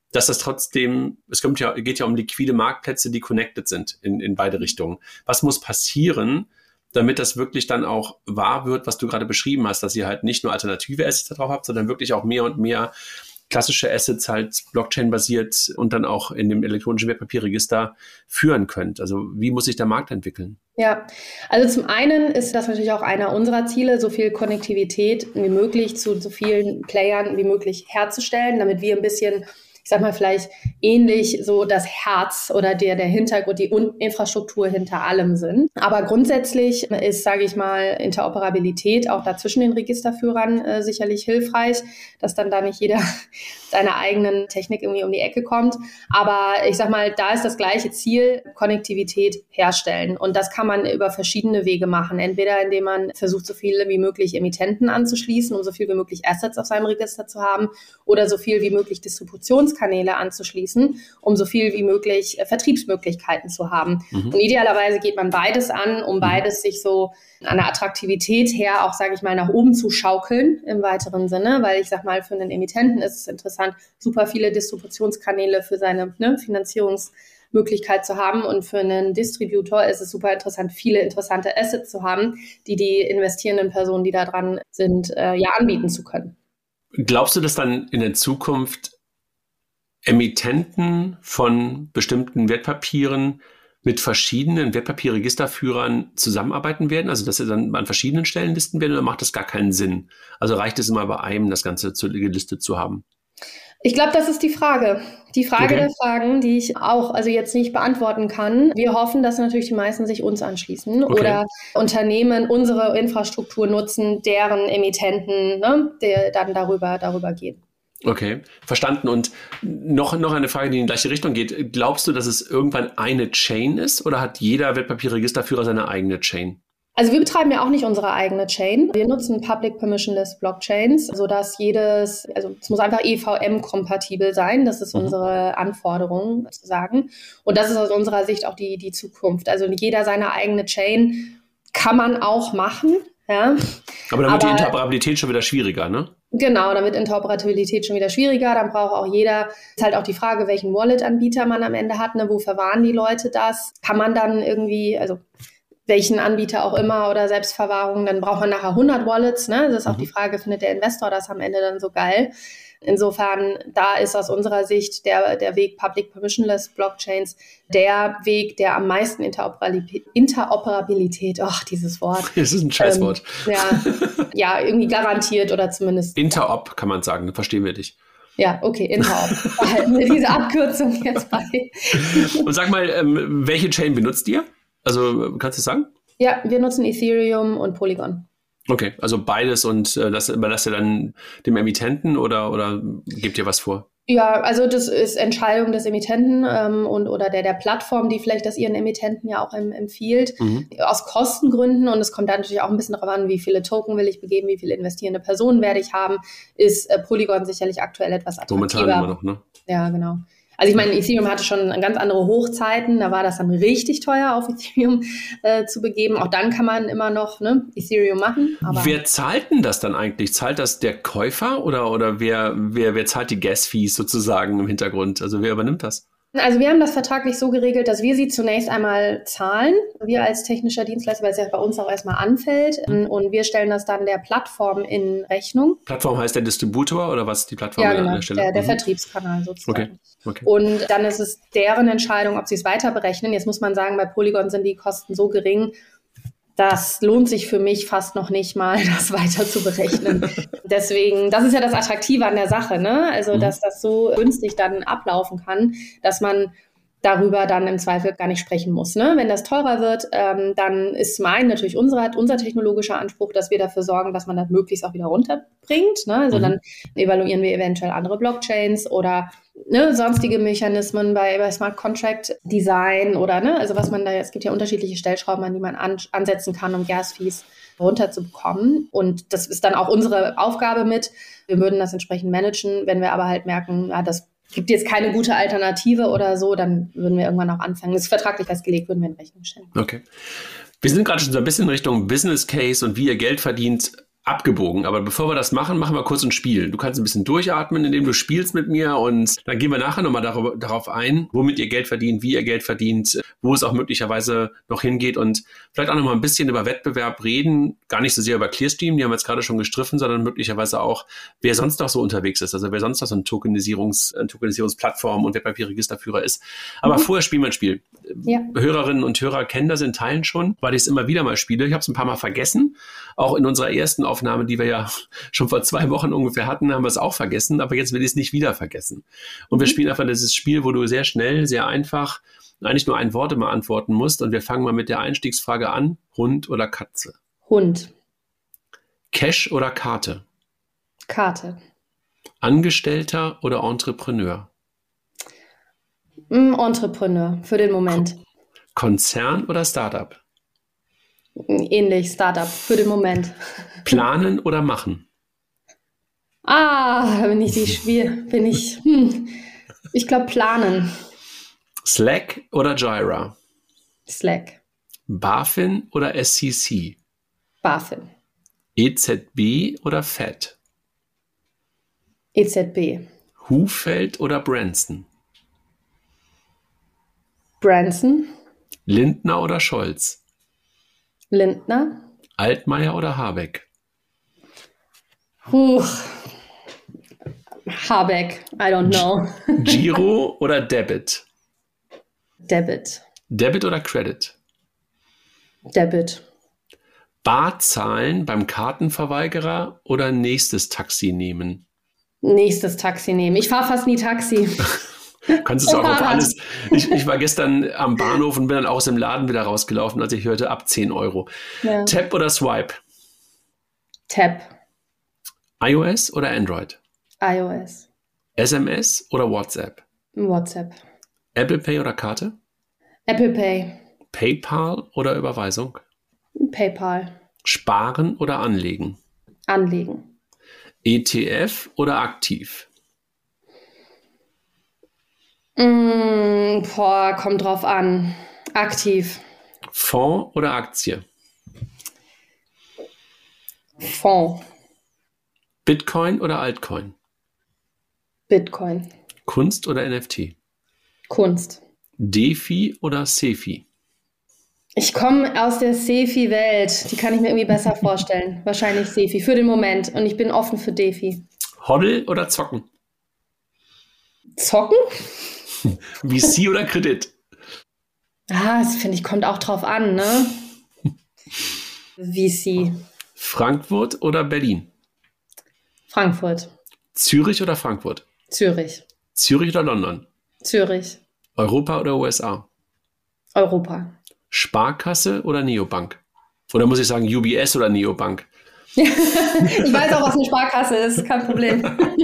dass das trotzdem, geht ja um liquide Marktplätze, die connected sind in beide Richtungen. Was muss passieren, damit das wirklich dann auch wahr wird, was du gerade beschrieben hast, dass ihr halt nicht nur alternative Assets drauf habt, sondern wirklich auch mehr und mehr klassische Assets halt Blockchain-basiert und dann auch in dem elektronischen Wertpapierregister führen könnt? Also wie muss sich der Markt entwickeln? Ja, also zum einen ist das natürlich auch einer unserer Ziele, so viel Konnektivität wie möglich zu so vielen Playern wie möglich herzustellen, damit wir ein bisschen, ich sag mal, vielleicht ähnlich so das Herz oder der Hintergrund, die Infrastruktur hinter allem sind. Aber grundsätzlich ist, sage ich mal, Interoperabilität auch da zwischen den Registerführern sicherlich hilfreich, dass dann da nicht jeder seiner eigenen Technik irgendwie um die Ecke kommt. Aber ich sag mal, da ist das gleiche Ziel, Konnektivität herstellen. Und das kann man über verschiedene Wege machen. Entweder indem man versucht, so viele wie möglich Emittenten anzuschließen, um so viel wie möglich Assets auf seinem Register zu haben, oder so viel wie möglich Distributionskanäle anzuschließen, um so viel wie möglich Vertriebsmöglichkeiten zu haben. Und idealerweise geht man beides an, um beides sich so an der Attraktivität her auch, sage ich mal, nach oben zu schaukeln im weiteren Sinne, weil ich sag mal, für einen Emittenten ist es interessant, super viele Distributionskanäle für seine Finanzierungsmöglichkeit zu haben, und für einen Distributor ist es super interessant, viele interessante Assets zu haben, die investierenden Personen, die da dran sind, anbieten zu können. Glaubst du, dass dann in der Zukunft Emittenten von bestimmten Wertpapieren mit verschiedenen Wertpapierregisterführern zusammenarbeiten werden? Also dass sie dann an verschiedenen Stellen listen werden, oder macht das gar keinen Sinn? Also reicht es immer bei einem, das Ganze gelistet zu haben? Ich glaube, das ist die Frage. Die Frage der Fragen, die ich auch jetzt nicht beantworten kann. Wir hoffen, dass natürlich die meisten sich uns anschließen oder Unternehmen unsere Infrastruktur nutzen, deren Emittenten der dann darüber gehen. Okay, verstanden. Und noch eine Frage, die in die gleiche Richtung geht. Glaubst du, dass es irgendwann eine Chain ist, oder hat jeder Wertpapierregisterführer seine eigene Chain? Also wir betreiben ja auch nicht unsere eigene Chain. Wir nutzen Public Permissionless Blockchains, sodass es muss einfach EVM-kompatibel sein. Das ist unsere Anforderung sozusagen. Und das ist aus unserer Sicht auch die Zukunft. Also jeder seine eigene Chain kann man auch machen. Ja. Aber dann wird die Interoperabilität schon wieder schwieriger, ne? Genau, dann wird Interoperabilität schon wieder schwieriger. Dann braucht auch jeder, ist halt auch die Frage, welchen Wallet-Anbieter man am Ende hat, ne? Wo verwahren die Leute das? Kann man dann irgendwie, welchen Anbieter auch immer oder Selbstverwahrung, dann braucht man nachher 100 Wallets, ne? Das ist auch die Frage, findet der Investor das am Ende dann so geil? Insofern, da ist aus unserer Sicht der Weg Public Permissionless Blockchains der Weg, der am meisten Interoperabilität, dieses Wort. Das ist ein Scheißwort. Ja, irgendwie garantiert oder zumindest. Interop kann man sagen, dann verstehen wir dich. Ja, okay, Interop. Behalten wir diese Abkürzung jetzt bei. Und sag mal, welche Chain benutzt ihr? Also, kannst du sagen? Ja, wir nutzen Ethereum und Polygon. Okay, also beides, und das überlasst ihr dann dem Emittenten oder gebt ihr was vor? Ja, also das ist Entscheidung des Emittenten oder der Plattform, die vielleicht das ihren Emittenten ja auch empfiehlt, aus Kostengründen. Und es kommt da natürlich auch ein bisschen darauf an, wie viele Token will ich begeben, wie viele investierende Personen werde ich haben, ist Polygon sicherlich aktuell etwas attraktiver. Momentan immer noch, ne? Ja, genau. Also ich meine, Ethereum hatte schon ganz andere Hochzeiten, da war das dann richtig teuer, auf Ethereum zu begeben. Auch dann kann man immer noch Ethereum machen. Aber wer zahlt denn das dann eigentlich? Zahlt das der Käufer oder wer zahlt die Gas-Fees sozusagen im Hintergrund? Also wer übernimmt das? Also wir haben das vertraglich so geregelt, dass wir sie zunächst einmal zahlen, wir als technischer Dienstleister, weil es ja bei uns auch erstmal anfällt, und wir stellen das dann der Plattform in Rechnung. Plattform heißt der Distributor, oder was ist die Plattform? Ja, genau, der Vertriebskanal sozusagen. Okay. Und dann ist es deren Entscheidung, ob sie es weiter berechnen. Jetzt muss man sagen, bei Polygon sind die Kosten so gering, das lohnt sich für mich fast noch nicht mal, das weiter zu berechnen. Deswegen, das ist ja das Attraktive an der Sache, ne? Also, dass das so günstig dann ablaufen kann, dass man darüber dann im Zweifel gar nicht sprechen muss, ne? Wenn das teurer wird, dann ist natürlich unser technologischer Anspruch, dass wir dafür sorgen, dass man das möglichst auch wieder runterbringt, ne? Also dann evaluieren wir eventuell andere Blockchains oder sonstige Mechanismen bei Smart Contract Design oder also was man da, es gibt ja unterschiedliche Stellschrauben, an die man ansetzen kann, um Gas-Fees runterzubekommen. Und das ist dann auch unsere Aufgabe mit. Wir würden das entsprechend managen. Wenn wir aber halt merken, das gibt jetzt keine gute Alternative oder so, dann würden wir irgendwann auch anfangen. Das ist vertraglich festgelegt, würden wir in Rechnung stellen. Okay. Wir sind gerade schon so ein bisschen in Richtung Business Case und wie ihr Geld verdient abgebogen. Aber bevor wir das machen, machen wir kurz ein Spiel. Du kannst ein bisschen durchatmen, indem du spielst mit mir und dann gehen wir nachher nochmal darauf ein, womit ihr Geld verdient, wie ihr Geld verdient, wo es auch möglicherweise noch hingeht und vielleicht auch nochmal ein bisschen über Wettbewerb reden. Gar nicht so sehr über Clearstream, die haben wir jetzt gerade schon gestriffen, sondern möglicherweise auch, wer sonst noch so unterwegs ist. Also wer sonst noch so ein Tokenisierungsplattform und Wertpapierregisterführer ist. Aber vorher spielen wir ein Spiel. Ja. Hörerinnen und Hörer kennen das in Teilen schon, weil ich es immer wieder mal spiele. Ich habe es ein paar Mal vergessen. Auch in unserer ersten Aufnahme, die wir ja schon vor 2 Wochen ungefähr hatten, haben wir es auch vergessen. Aber jetzt will ich es nicht wieder vergessen. Und wir spielen einfach dieses Spiel, wo du sehr schnell, sehr einfach eigentlich nur ein Wort immer antworten musst. Und wir fangen mal mit der Einstiegsfrage an. Hund oder Katze? Hund. Cash oder Karte? Karte. Angestellter oder Entrepreneur? Entrepreneur, für den Moment. Konzern oder Startup? Ähnlich, Startup, für den Moment. Planen oder machen? Ich glaube planen. Slack oder Jira? Slack. BaFin oder SEC? BaFin. EZB oder Fed? EZB. Hufeld oder Branson? Branson. Lindner oder Scholz? Lindner. Altmaier oder Habeck? Habeck, I don't know. Giro oder Debit? Debit. Debit oder Credit? Debit. Bar zahlen beim Kartenverweigerer oder nächstes Taxi nehmen? Nächstes Taxi nehmen. Ich fahre fast nie Taxi. Kannst du auch auf alles. Ich war gestern am Bahnhof und bin dann aus dem Laden wieder rausgelaufen, als ich hörte, ab 10 Euro. Ja. Tap oder Swipe? Tap. iOS oder Android? iOS. SMS oder WhatsApp? WhatsApp. Apple Pay oder Karte? Apple Pay. PayPal oder Überweisung? PayPal. Sparen oder anlegen? Anlegen. ETF oder aktiv? Kommt drauf an. Aktiv. Fonds oder Aktie? Fonds. Bitcoin oder Altcoin? Bitcoin. Kunst oder NFT? Kunst. DeFi oder Sefi? Ich komme aus der Sefi-Welt. Die kann ich mir irgendwie besser vorstellen. Wahrscheinlich Sefi für den Moment. Und ich bin offen für DeFi. Hodl oder Zocken? Zocken? VC oder Kredit? Das finde ich, kommt auch drauf an, ne? VC. Frankfurt oder Berlin? Frankfurt. Zürich oder Frankfurt? Zürich. Zürich oder London? Zürich. Europa oder USA? Europa. Sparkasse oder Neobank? Oder muss ich sagen UBS oder Neobank? Ich weiß auch, was eine Sparkasse ist, kein Problem.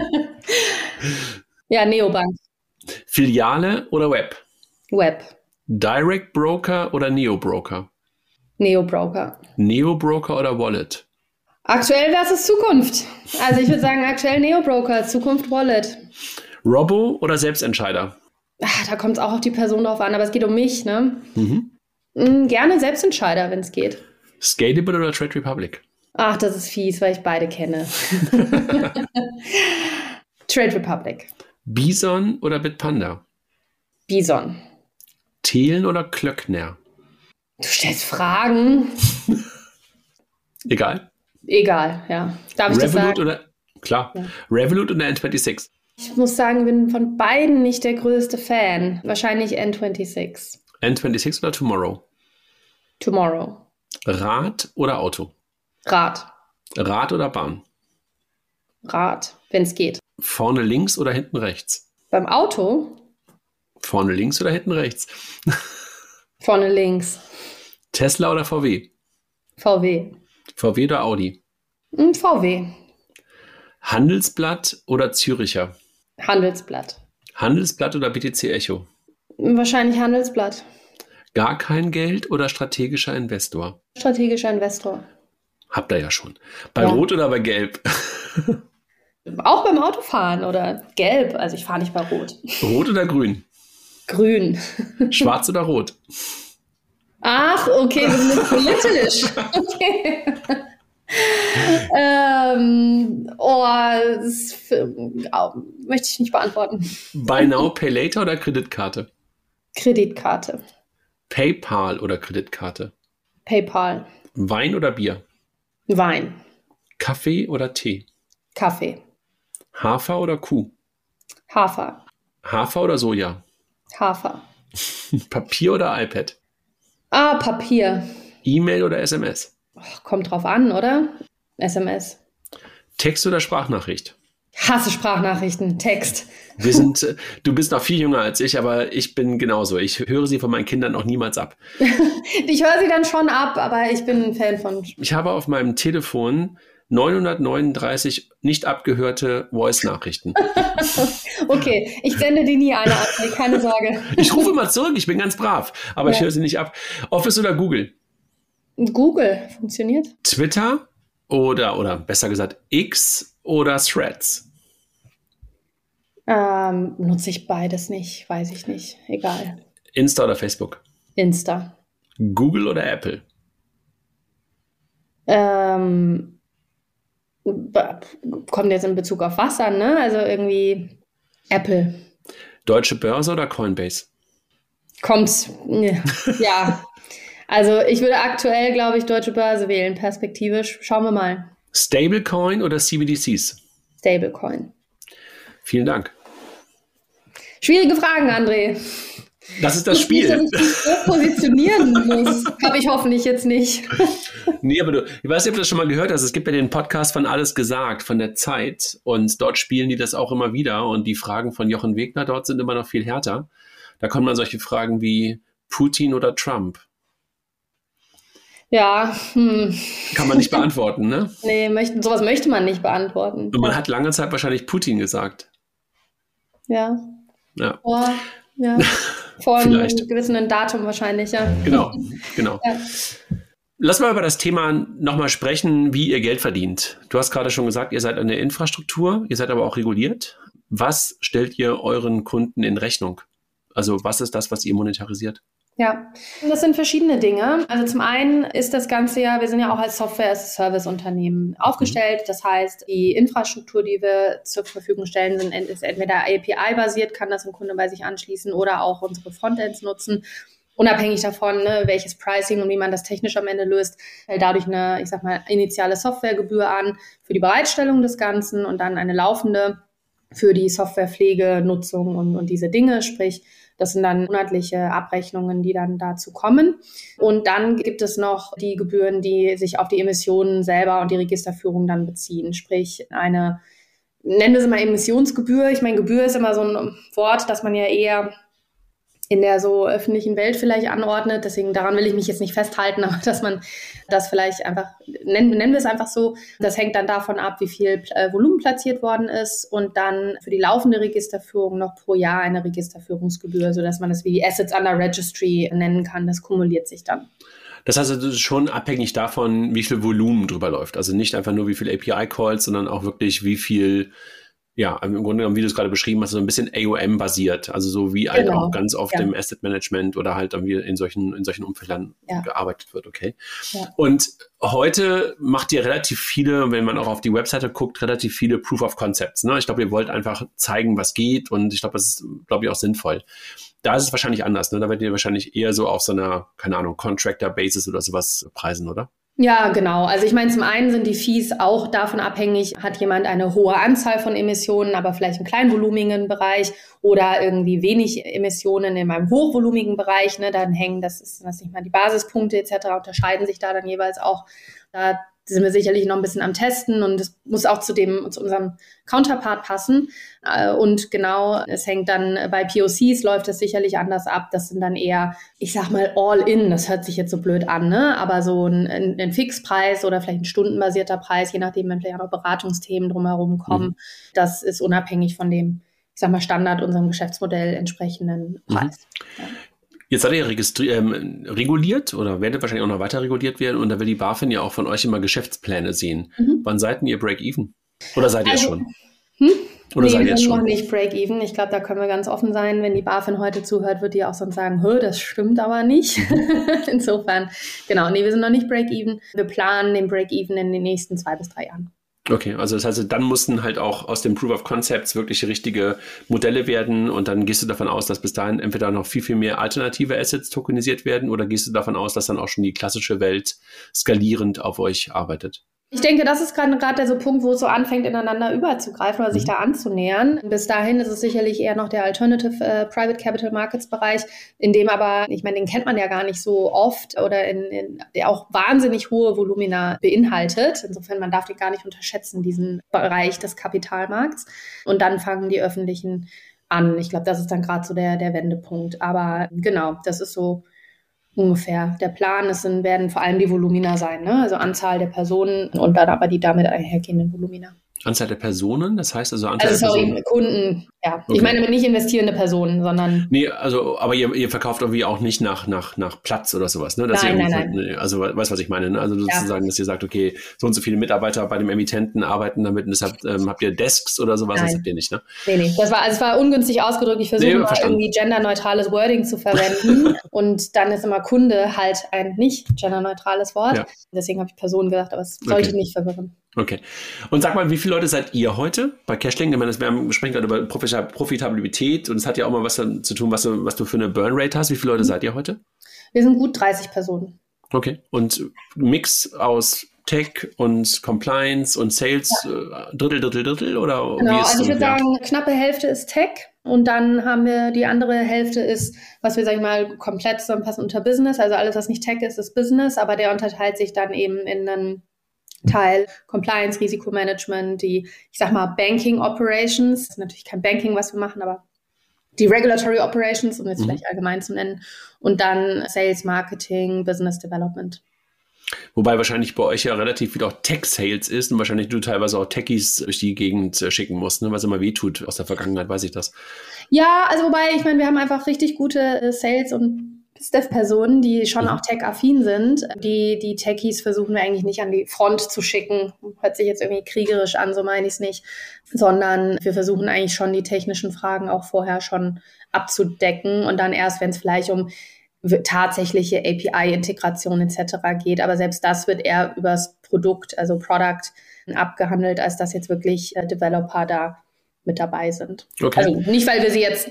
Ja, Neobank. Filiale oder Web? Web. Direct Broker oder Neo-Broker? Neo-Broker. Neo-Broker oder Wallet? Aktuell versus Zukunft. Also ich würde sagen aktuell Neo-Broker, Zukunft Wallet. Robo oder Selbstentscheider? Da kommt es auch auf die Person drauf an, aber es geht um mich, ne? Gerne Selbstentscheider, wenn es geht. Scalable oder Trade Republic? Ach, das ist fies, weil ich beide kenne. Trade Republic. Bison oder Bitpanda? Bison. Thelen oder Klöckner? Du stellst Fragen. Egal. Egal, ja. Darf ich Revolut das sagen? Oder, klar. Ja. Revolut oder N26? Ich muss sagen, ich bin von beiden nicht der größte Fan. Wahrscheinlich N26. N26 oder Tomorrow? Tomorrow. Rad oder Auto? Rad. Rad oder Bahn? Rad, wenn es geht. Vorne links oder hinten rechts? Beim Auto? Vorne links oder hinten rechts? Vorne links. Tesla oder VW? VW. VW oder Audi? VW. Handelsblatt oder Züricher? Handelsblatt. Handelsblatt oder BTC Echo? Wahrscheinlich Handelsblatt. Gar kein Geld oder strategischer Investor? Strategischer Investor. Habt ihr ja schon. Bei Rot oder bei Gelb? Auch beim Autofahren oder Gelb. Also ich fahre nicht bei Rot. Rot oder Grün? Grün. Schwarz oder Rot? Ach, okay, wir sind politisch. Okay. Möchte ich nicht beantworten. Buy Now, Pay Later oder Kreditkarte? Kreditkarte. PayPal oder Kreditkarte? PayPal. Wein oder Bier? Wein. Kaffee oder Tee? Kaffee. Hafer oder Kuh? Hafer. Hafer oder Soja? Hafer. Papier oder iPad? Papier. E-Mail oder SMS? Kommt drauf an, oder? SMS. Text oder Sprachnachricht? Hasse Sprachnachrichten, Text. Du bist noch viel jünger als ich, aber ich bin genauso. Ich höre sie von meinen Kindern auch niemals ab. Ich höre sie dann schon ab, aber ich bin ein Fan von... Ich habe auf meinem Telefon 939 nicht abgehörte Voice-Nachrichten. Okay, ich sende dir nie eine ab, keine Sorge. Ich rufe mal zurück, ich bin ganz brav, aber ich höre sie nicht ab. Office oder Google? Google funktioniert. Twitter oder besser gesagt X oder Threads? Nutze ich beides nicht, weiß ich nicht. Egal. Insta oder Facebook? Insta. Google oder Apple? Kommt jetzt in Bezug auf was an, ne? Also irgendwie Apple. Deutsche Börse oder Coinbase? Kommt, ja. Also ich würde aktuell, glaube ich, Deutsche Börse wählen, perspektivisch. Schauen wir mal. Stablecoin oder CBDCs? Stablecoin. Vielen Dank. Schwierige Fragen, André. Das ist das Spiel. Dass ich mich so positionieren muss. Habe ich hoffentlich jetzt nicht. Nee, aber ich weiß nicht, ob du das schon mal gehört hast. Es gibt ja den Podcast von Alles gesagt, von der Zeit. Und dort spielen die das auch immer wieder. Und die Fragen von Jochen Wegner dort sind immer noch viel härter. Da kommen dann solche Fragen wie Putin oder Trump. Ja. Kann man nicht beantworten, ne? Nee, sowas möchte man nicht beantworten. Und man hat lange Zeit wahrscheinlich Putin gesagt. Ja. Ja. Vor einem Vielleicht. gewissen Datum wahrscheinlich, ja. Genau. Ja. Lass mal über das Thema nochmal sprechen, wie ihr Geld verdient. Du hast gerade schon gesagt, ihr seid an der Infrastruktur, ihr seid aber auch reguliert. Was stellt ihr euren Kunden in Rechnung? Also was ist das, was ihr monetarisiert? Ja, das sind verschiedene Dinge. Also zum einen ist das Ganze ja, wir sind ja auch als Software-as-a-Service-Unternehmen aufgestellt. Das heißt, die Infrastruktur, die wir zur Verfügung stellen, ist entweder API-basiert, kann das ein Kunde bei sich anschließen oder auch unsere Frontends nutzen. Unabhängig davon, welches Pricing und wie man das technisch am Ende löst, fällt dadurch eine, ich sag mal, initiale Softwaregebühr an für die Bereitstellung des Ganzen und dann eine laufende für die Softwarepflege, Nutzung und diese Dinge, sprich, das sind dann monatliche Abrechnungen, die dann dazu kommen. Und dann gibt es noch die Gebühren, die sich auf die Emissionen selber und die Registerführung dann beziehen. Sprich, nennen wir es mal Emissionsgebühr. Ich meine, Gebühr ist immer so ein Wort, das man ja eher in der so öffentlichen Welt vielleicht anordnet. Deswegen daran will ich mich jetzt nicht festhalten, aber dass man das vielleicht einfach, nennen wir es einfach so, das hängt dann davon ab, wie viel Volumen platziert worden ist und dann für die laufende Registerführung noch pro Jahr eine Registerführungsgebühr, sodass man das wie Assets under Registry nennen kann. Das kumuliert sich dann. Das heißt, das ist schon abhängig davon, wie viel Volumen drüber läuft. Also nicht einfach nur wie viel API-Calls, sondern auch wirklich wie viel, ja, im Grunde genommen, wie du es gerade beschrieben hast, so ein bisschen AOM-basiert. Also so wie halt auch ganz oft im Asset Management oder halt irgendwie in solchen Umfeldern gearbeitet wird, okay. Ja. Und heute macht ihr relativ viele, wenn man auch auf die Webseite guckt, relativ viele Proof of Concepts. Ne? Ich glaube, ihr wollt einfach zeigen, was geht und ich glaube, das ist, glaube ich, auch sinnvoll. Da ist es wahrscheinlich anders. Ne? Da werdet ihr wahrscheinlich eher so auf so einer, keine Ahnung, Contractor-Basis oder sowas preisen, oder? Ja, genau. Also ich meine, zum einen sind die Fees auch davon abhängig, hat jemand eine hohe Anzahl von Emissionen, aber vielleicht einen kleinvolumigen Bereich oder irgendwie wenig Emissionen in einem hochvolumigen Bereich, ne, dann hängen, das nicht mal die Basispunkte etc., unterscheiden sich da dann jeweils auch. Da sind wir sicherlich noch ein bisschen am Testen und es muss auch zu unserem Counterpart passen. Und genau, es hängt dann bei POCs läuft es sicherlich anders ab. Das sind dann eher, ich sag mal, all-in. Das hört sich jetzt so blöd an, ne? Aber so ein Fixpreis oder vielleicht ein stundenbasierter Preis, je nachdem, wenn vielleicht auch noch Beratungsthemen drumherum kommen. Das ist unabhängig von dem, ich sag mal, Standard unserem Geschäftsmodell entsprechenden Preis. Ja. Jetzt seid ihr reguliert oder werdet wahrscheinlich auch noch weiter reguliert werden und da will die BaFin ja auch von euch immer Geschäftspläne sehen. Wann seid ihr Break-Even? Oder seid ihr schon? Oder seid ihr wir jetzt sind schon? noch nicht Break-Even. Ich glaube, da können wir ganz offen sein. Wenn die BaFin heute zuhört, wird die auch sonst sagen, das stimmt aber nicht. Insofern, genau, wir sind noch nicht Break-Even. Wir planen den Break-Even in den nächsten 2 bis 3 Jahren. Okay, also das heißt, dann mussten halt auch aus dem Proof of Concepts wirklich richtige Modelle werden und dann gehst du davon aus, dass bis dahin entweder noch viel, viel mehr alternative Assets tokenisiert werden oder gehst du davon aus, dass dann auch schon die klassische Welt skalierend auf euch arbeitet? Ich denke, das ist gerade der so Punkt, wo es so anfängt, ineinander überzugreifen oder sich da anzunähern. Bis dahin ist es sicherlich eher noch der Alternative Private Capital Markets Bereich, in dem aber, ich meine, den kennt man ja gar nicht so oft oder der auch wahnsinnig hohe Volumina beinhaltet. Insofern, man darf den gar nicht unterschätzen, diesen Bereich des Kapitalmarkts. Und dann fangen die Öffentlichen an. Ich glaube, das ist dann gerade so der Wendepunkt. Aber genau, das ist so ungefähr der Plan. Werden vor allem die Volumina sein, ne? Also Anzahl der Personen und dann aber die damit einhergehenden Volumina. Anzahl der Personen, das heißt also Anzahl der Personen. Kunden, ja. Okay. Ich meine nicht investierende Personen, sondern... Nee, also, aber ihr verkauft irgendwie auch nicht nach Platz oder sowas, ne? Dass nein. Also, weißt du, was ich meine, ne? Also sozusagen, dass ihr sagt, okay, so und so viele Mitarbeiter bei dem Emittenten arbeiten damit und deshalb habt ihr Desks oder sowas, das habt ihr nicht, ne? Nee. Das war ungünstig ausgedrückt. Ich versuche mal irgendwie genderneutrales Wording zu verwenden und dann ist immer Kunde halt ein nicht genderneutrales Wort. Ja. Deswegen habe ich Personen gesagt, aber es sollte nicht verwirren. Okay. Und sag mal, wie viele Leute seid ihr heute bei Cashlink? Ich meine, wir sprechen gerade über Profitabilität und es hat ja auch mal was zu tun, was du für eine Burnrate hast. Wie viele Leute seid ihr heute? Wir sind gut 30 Personen. Okay. Und Mix aus Tech und Compliance und Sales, Drittel oder? Genau, also ich würde sagen, knappe Hälfte ist Tech und dann haben wir die andere Hälfte ist, was wir, sag ich mal, komplett zusammenpassen unter Business. Also alles, was nicht Tech ist, ist Business, aber der unterteilt sich dann eben in einen Teil Compliance, Risikomanagement, die, ich sag mal, Banking Operations. Das ist natürlich kein Banking, was wir machen, aber die Regulatory Operations, um jetzt vielleicht allgemein zu nennen. Und dann Sales, Marketing, Business Development. Wobei wahrscheinlich bei euch ja relativ viel auch Tech-Sales ist und wahrscheinlich du teilweise auch Techies durch die Gegend schicken musst, ne? Was immer wehtut aus der Vergangenheit, weiß ich das. Ja, also wobei, ich meine, wir haben einfach richtig gute Sales- und Staff-Personen, die schon auch tech-affin sind. Die Techies versuchen wir eigentlich nicht an die Front zu schicken. Hört sich jetzt irgendwie kriegerisch an, so meine ich es nicht. Sondern wir versuchen eigentlich schon die technischen Fragen auch vorher schon abzudecken und dann erst, wenn es vielleicht um tatsächliche API-Integration etc. geht. Aber selbst das wird eher übers Produkt, also Product, abgehandelt, als dass jetzt wirklich Developer da mit dabei sind. Okay. Also nicht, weil wir sie jetzt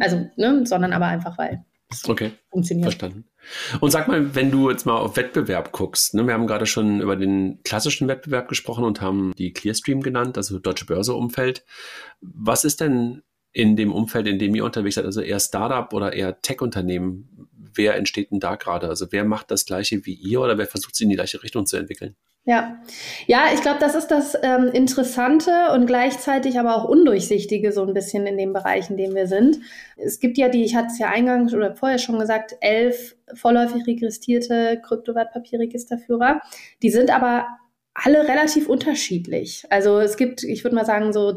sondern aber einfach, weil funktioniert. Verstanden. Und sag mal, wenn du jetzt mal auf Wettbewerb guckst, ne, wir haben gerade schon über den klassischen Wettbewerb gesprochen und haben die Clearstream genannt, also Deutsche Börse-Umfeld. Was ist denn in dem Umfeld, in dem ihr unterwegs seid, also eher Startup oder eher Tech-Unternehmen? Wer entsteht denn da gerade? Also wer macht das Gleiche wie ihr oder wer versucht es in die gleiche Richtung zu entwickeln? Ja, ich glaube, das ist das Interessante und gleichzeitig aber auch Undurchsichtige so ein bisschen in dem Bereich, in dem wir sind. Es gibt ja ich hatte es ja eingangs oder vorher schon gesagt, 11 vorläufig registrierte Kryptowertpapierregisterführer. Die sind aber alle relativ unterschiedlich. Also es gibt, ich würde mal sagen, so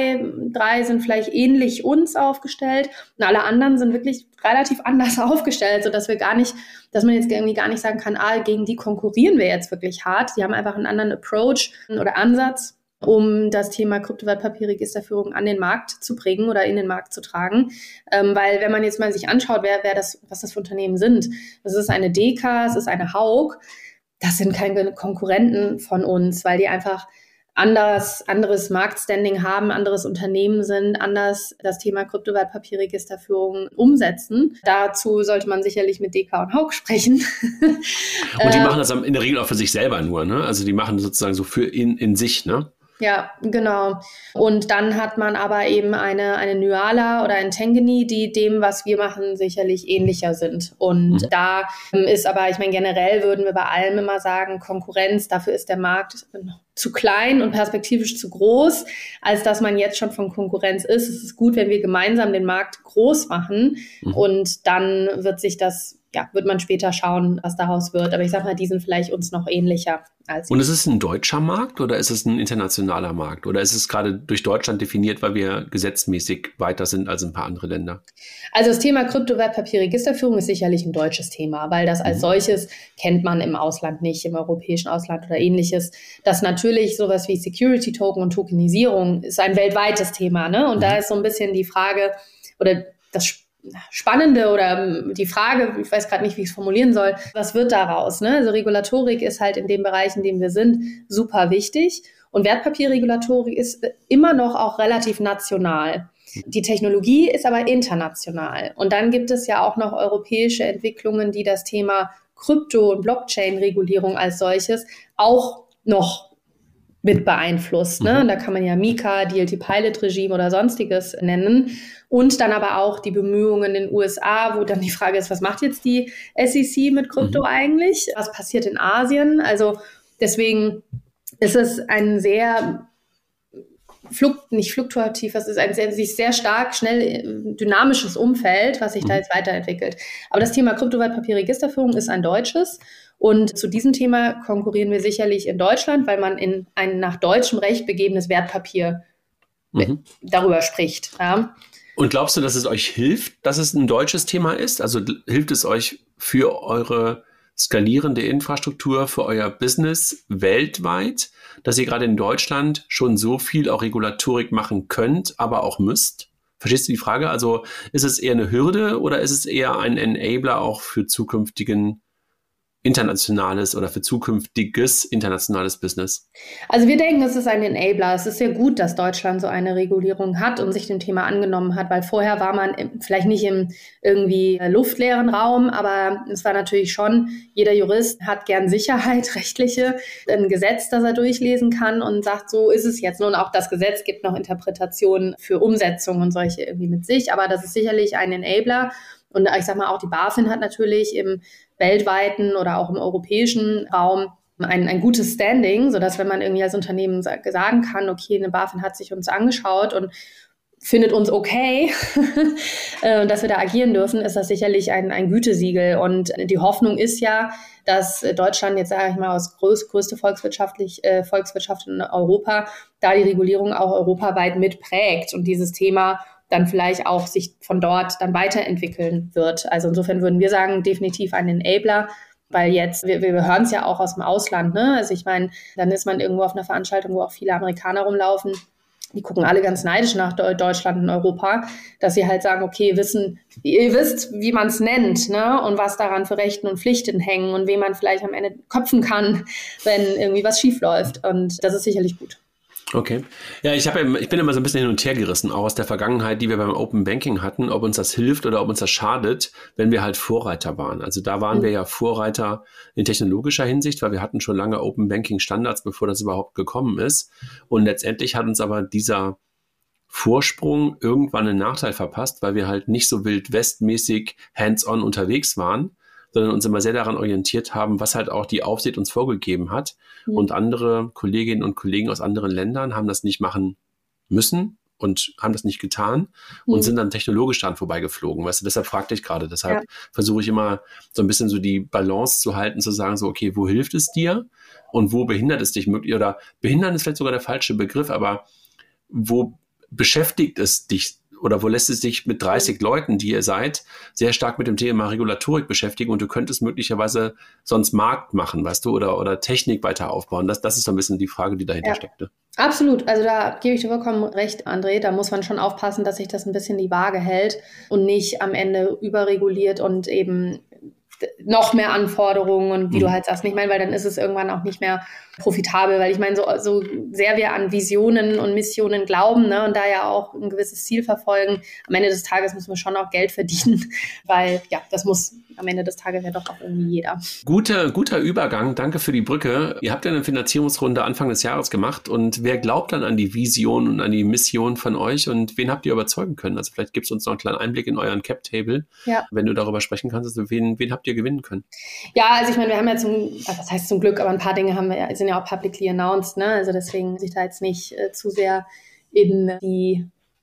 2, 3 sind vielleicht ähnlich uns aufgestellt und alle anderen sind wirklich relativ anders aufgestellt, sodass dass man jetzt irgendwie gar nicht sagen kann, gegen die konkurrieren wir jetzt wirklich hart. Die haben einfach einen anderen Approach oder Ansatz, um das Thema Kryptowertpapierregisterführung an den Markt zu bringen oder in den Markt zu tragen. Weil wenn man jetzt mal sich anschaut, was das für Unternehmen sind, das ist eine Deka, es ist eine Hauck, das sind keine Konkurrenten von uns, weil die einfach anderes Marktstanding haben, anderes Unternehmen sind, anders das Thema Kryptowertpapierregisterführung umsetzen. Dazu sollte man sicherlich mit Deka und Hauck sprechen. Und die machen das in der Regel auch für sich selber nur, ne? Also die machen sozusagen so für in sich, ne? Ja, genau. Und dann hat man aber eben eine Nyala oder ein Tengeni, die dem, was wir machen, sicherlich ähnlicher sind. Und da ist aber, ich meine, generell würden wir bei allem immer sagen, Konkurrenz, dafür ist der Markt zu klein und perspektivisch zu groß, als dass man jetzt schon von Konkurrenz ist. Es ist gut, wenn wir gemeinsam den Markt groß machen und dann wird sich das wird man später schauen, was daraus wird. Aber ich sag mal, die sind vielleicht uns noch ähnlicher als. Und ist es ein deutscher Markt oder ist es ein internationaler Markt? Oder ist es gerade durch Deutschland definiert, weil wir gesetzmäßig weiter sind als ein paar andere Länder? Also das Thema Kryptowertpapierregisterführung ist sicherlich ein deutsches Thema, weil das als solches kennt man im Ausland nicht, im europäischen Ausland oder ähnliches. Das natürlich sowas wie Security Token und Tokenisierung ist ein weltweites Thema, ne? Und da ist so ein bisschen die Frage oder das Spannende oder die Frage, ich weiß gerade nicht, wie ich es formulieren soll, was wird daraus? Ne? Also Regulatorik ist halt in dem Bereich, in dem wir sind, super wichtig. Und Wertpapierregulatorik ist immer noch auch relativ national. Die Technologie ist aber international. Und dann gibt es ja auch noch europäische Entwicklungen, die das Thema Krypto- und Blockchain-Regulierung als solches auch noch mit beeinflusst. Ne? Und da kann man ja MiCA, DLT-Pilot-Regime oder sonstiges nennen. Und dann aber auch die Bemühungen in den USA, wo dann die Frage ist, was macht jetzt die SEC mit Krypto eigentlich? Was passiert in Asien? Also deswegen ist es ein sehr nicht fluktuativ, es ist ein sich sehr stark, schnell dynamisches Umfeld, was sich da jetzt weiterentwickelt. Aber das Thema Kryptowertpapierregisterführung ist ein deutsches. Und zu diesem Thema konkurrieren wir sicherlich in Deutschland, weil man in ein nach deutschem Recht begebenes Wertpapier darüber spricht. Ja. Und glaubst du, dass es euch hilft, dass es ein deutsches Thema ist? Also hilft es euch für eure skalierende Infrastruktur, für euer Business weltweit, dass ihr gerade in Deutschland schon so viel auch Regulatorik machen könnt, aber auch müsst? Verstehst du die Frage? Also ist es eher eine Hürde oder ist es eher ein Enabler auch für zukünftigen internationales oder für zukünftiges internationales Business? Also wir denken, es ist ein Enabler. Es ist sehr gut, dass Deutschland so eine Regulierung hat und sich dem Thema angenommen hat, weil vorher war man vielleicht nicht im irgendwie luftleeren Raum, aber es war natürlich schon, jeder Jurist hat gern Sicherheit, rechtliche, ein Gesetz, das er durchlesen kann und sagt, so ist es jetzt. Nun, auch das Gesetz gibt noch Interpretationen für Umsetzung und solche irgendwie mit sich, aber das ist sicherlich ein Enabler. Und ich sag mal, auch die BaFin hat natürlich im weltweiten oder auch im europäischen Raum ein gutes Standing, sodass wenn man irgendwie als Unternehmen sagen kann, okay, eine BaFin hat sich uns angeschaut und findet uns okay, dass wir da agieren dürfen, ist das sicherlich ein Gütesiegel. Und die Hoffnung ist ja, dass Deutschland jetzt, sage ich mal, als größte Volkswirtschaft in Europa, da die Regulierung auch europaweit mitprägt und dieses Thema dann vielleicht auch sich von dort dann weiterentwickeln wird. Also insofern würden wir sagen, definitiv ein Enabler, weil jetzt, wir hören es ja auch aus dem Ausland, ne? Also ich meine, dann ist man irgendwo auf einer Veranstaltung, wo auch viele Amerikaner rumlaufen, die gucken alle ganz neidisch nach Deutschland und Europa, dass sie halt sagen, okay, ihr wisst, wie man es nennt, ne? Und was daran für Rechten und Pflichten hängen und wen man vielleicht am Ende köpfen kann, wenn irgendwie was schief läuft. Und das ist sicherlich gut. Okay. Ja, ich bin immer so ein bisschen hin und her gerissen, auch aus der Vergangenheit, die wir beim Open Banking hatten, ob uns das hilft oder ob uns das schadet, wenn wir halt Vorreiter waren. Also da waren wir ja Vorreiter in technologischer Hinsicht, weil wir hatten schon lange Open Banking Standards, bevor das überhaupt gekommen ist. Und letztendlich hat uns aber dieser Vorsprung irgendwann einen Nachteil verpasst, weil wir halt nicht so wild-westmäßig hands-on unterwegs waren, sondern uns immer sehr daran orientiert haben, was halt auch die Aufsicht uns vorgegeben hat. Und andere Kolleginnen und Kollegen aus anderen Ländern haben das nicht machen müssen und haben das nicht getan und sind dann technologisch daran vorbeigeflogen. Weißt du, deshalb fragte ich gerade. Deshalb versuche ich immer so ein bisschen so die Balance zu halten, zu sagen so, okay, wo hilft es dir und wo behindert es dich möglich? Oder behindern ist vielleicht sogar der falsche Begriff, aber wo beschäftigt es dich oder wo lässt es dich mit 30 Leuten, die ihr seid, sehr stark mit dem Thema Regulatorik beschäftigen und du könntest möglicherweise sonst Markt machen, weißt du, oder Technik weiter aufbauen. Das ist so ein bisschen die Frage, die dahinter steckte. Absolut. Also da gebe ich dir vollkommen recht, André. Da muss man schon aufpassen, dass sich das ein bisschen die Waage hält und nicht am Ende überreguliert und eben noch mehr Anforderungen und wie du halt sagst, nicht mehr, weil dann ist es irgendwann auch nicht mehr profitabel, weil ich meine, so sehr wir an Visionen und Missionen glauben, ne, und da ja auch ein gewisses Ziel verfolgen, am Ende des Tages müssen wir schon auch Geld verdienen, weil ja, das muss am Ende des Tages ja doch auch irgendwie jeder. Guter Übergang, danke für die Brücke. Ihr habt ja eine Finanzierungsrunde Anfang des Jahres gemacht und wer glaubt dann an die Vision und an die Mission von euch und wen habt ihr überzeugen können? Also vielleicht gibst du uns noch einen kleinen Einblick in euren Cap-Table, wenn du darüber sprechen kannst, also wen habt ihr gewinnen können? Ja, also ich meine, wir haben ja was heißt zum Glück, aber ein paar Dinge sind ja auch publicly announced, ne? Also deswegen sich da jetzt nicht zu sehr in die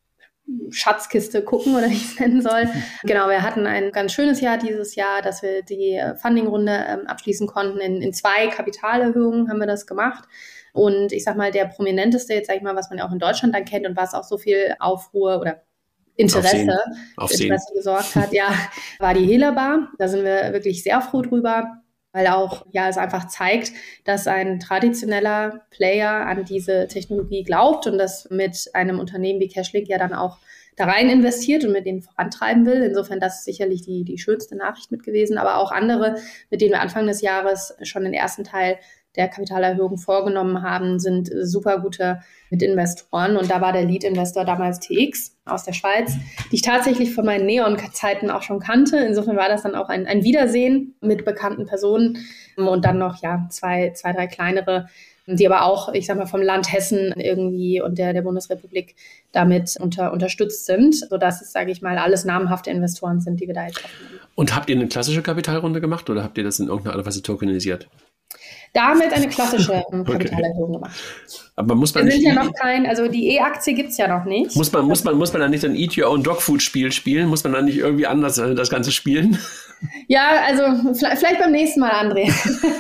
Schatzkiste gucken oder wie ich es nennen soll. Genau, wir hatten ein ganz schönes Jahr dieses Jahr, dass wir die Funding-Runde abschließen konnten. In 2 Kapitalerhöhungen haben wir das gemacht. Und ich sag mal, der prominenteste, jetzt sag ich mal, was man ja auch in Deutschland dann kennt und was auch so viel Aufruhr oder Interesse gesorgt hat, war die Helaba. Da sind wir wirklich sehr froh drüber, weil auch es einfach zeigt, dass ein traditioneller Player an diese Technologie glaubt und das mit einem Unternehmen wie Cashlink ja dann auch da rein investiert und mit denen vorantreiben will. Insofern, das ist sicherlich die schönste Nachricht mit gewesen, aber auch andere, mit denen wir Anfang des Jahres schon den ersten Teil der Kapitalerhöhung vorgenommen haben, sind super gute Mitinvestoren. Und da war der Lead-Investor damals TX aus der Schweiz, die ich tatsächlich von meinen Neon-Zeiten auch schon kannte. Insofern war das dann auch ein Wiedersehen mit bekannten Personen. Und dann noch 2, 3 kleinere, die aber auch, ich sag mal, vom Land Hessen irgendwie und der Bundesrepublik damit unterstützt sind, sodass es, sage ich mal, alles namhafte Investoren sind, die wir da jetzt aufnehmen. Und habt ihr eine klassische Kapitalrunde gemacht oder habt ihr das in irgendeiner Art und Weise tokenisiert? Damit eine klassische Kapitalerhöhung gemacht. Aber muss man wir sind ja noch also die E-Aktie gibt es ja noch nicht. Muss man dann nicht ein Eat Your Own Dog Food Spiel spielen? Muss man dann nicht irgendwie anders das Ganze spielen? Ja, also vielleicht beim nächsten Mal, André.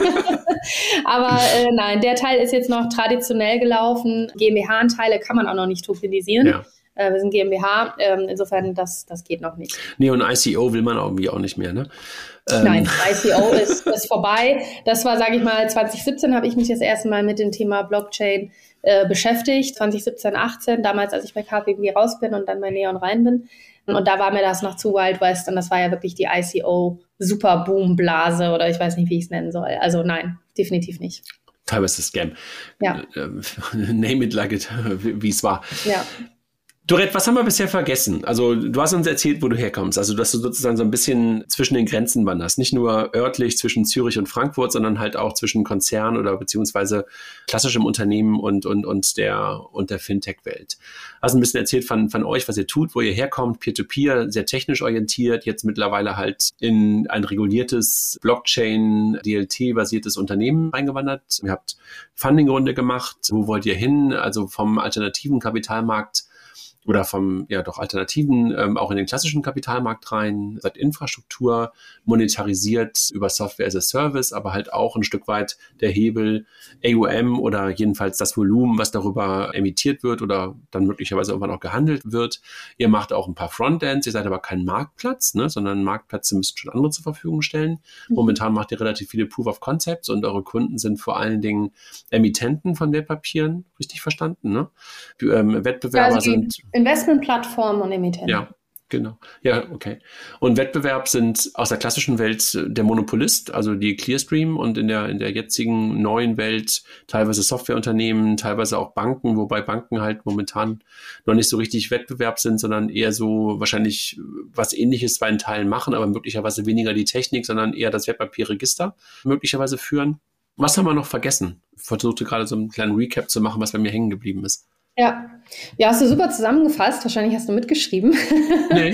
Aber nein, der Teil ist jetzt noch traditionell gelaufen. GmbH-Anteile kann man auch noch nicht tokenisieren. Ja. Wir sind GmbH, insofern das geht noch nicht. Nee, und ICO will man irgendwie auch nicht mehr, ne? Nein, ICO ist vorbei. Das war, sage ich mal, 2017 habe ich mich das erste Mal mit dem Thema Blockchain beschäftigt. 2017, 18, damals, als ich bei KPMG raus bin und dann bei Neon rein bin. Und da war mir das noch zu Wild West und das war ja wirklich die ICO-Super-Boom-Blase oder ich weiß nicht, wie ich es nennen soll. Also nein, definitiv nicht. Teilweise Scam. Ja. Name it like it, wie es war. Ja. Dorette, was haben wir bisher vergessen? Also du hast uns erzählt, wo du herkommst. Also dass du sozusagen so ein bisschen zwischen den Grenzen wanderst. Nicht nur örtlich zwischen Zürich und Frankfurt, sondern halt auch zwischen Konzern oder beziehungsweise klassischem Unternehmen und der Fintech-Welt. Hast ein bisschen erzählt von euch, was ihr tut, wo ihr herkommt, Peer-to-Peer, sehr technisch orientiert, jetzt mittlerweile halt in ein reguliertes Blockchain-DLT-basiertes Unternehmen eingewandert. Ihr habt Funding-Runde gemacht. Wo wollt ihr hin? Also vom alternativen Kapitalmarkt oder vom Alternativen auch in den klassischen Kapitalmarkt rein, seid Infrastruktur monetarisiert über Software as a Service, aber halt auch ein Stück weit der Hebel AUM oder jedenfalls das Volumen, was darüber emittiert wird oder dann möglicherweise irgendwann auch gehandelt wird. Ihr macht auch ein paar Frontends, ihr seid aber kein Marktplatz, ne, sondern Marktplätze müssen schon andere zur Verfügung stellen. Momentan macht ihr relativ viele Proof of Concepts und eure Kunden sind vor allen Dingen Emittenten von Wertpapieren, richtig verstanden, ne? Wettbewerber sind Investmentplattformen und Emittenten. Ja, genau. Ja, okay. Und Wettbewerb sind aus der klassischen Welt der Monopolist, also die Clearstream und in der jetzigen neuen Welt teilweise Softwareunternehmen, teilweise auch Banken, wobei Banken halt momentan noch nicht so richtig Wettbewerb sind, sondern eher so wahrscheinlich was Ähnliches bei in Teilen machen, aber möglicherweise weniger die Technik, sondern eher das Wertpapierregister möglicherweise führen. Was haben wir noch vergessen? Ich versuchte gerade so einen kleinen Recap zu machen, was bei mir hängen geblieben ist. Ja, hast du super zusammengefasst. Wahrscheinlich hast du mitgeschrieben. Nee.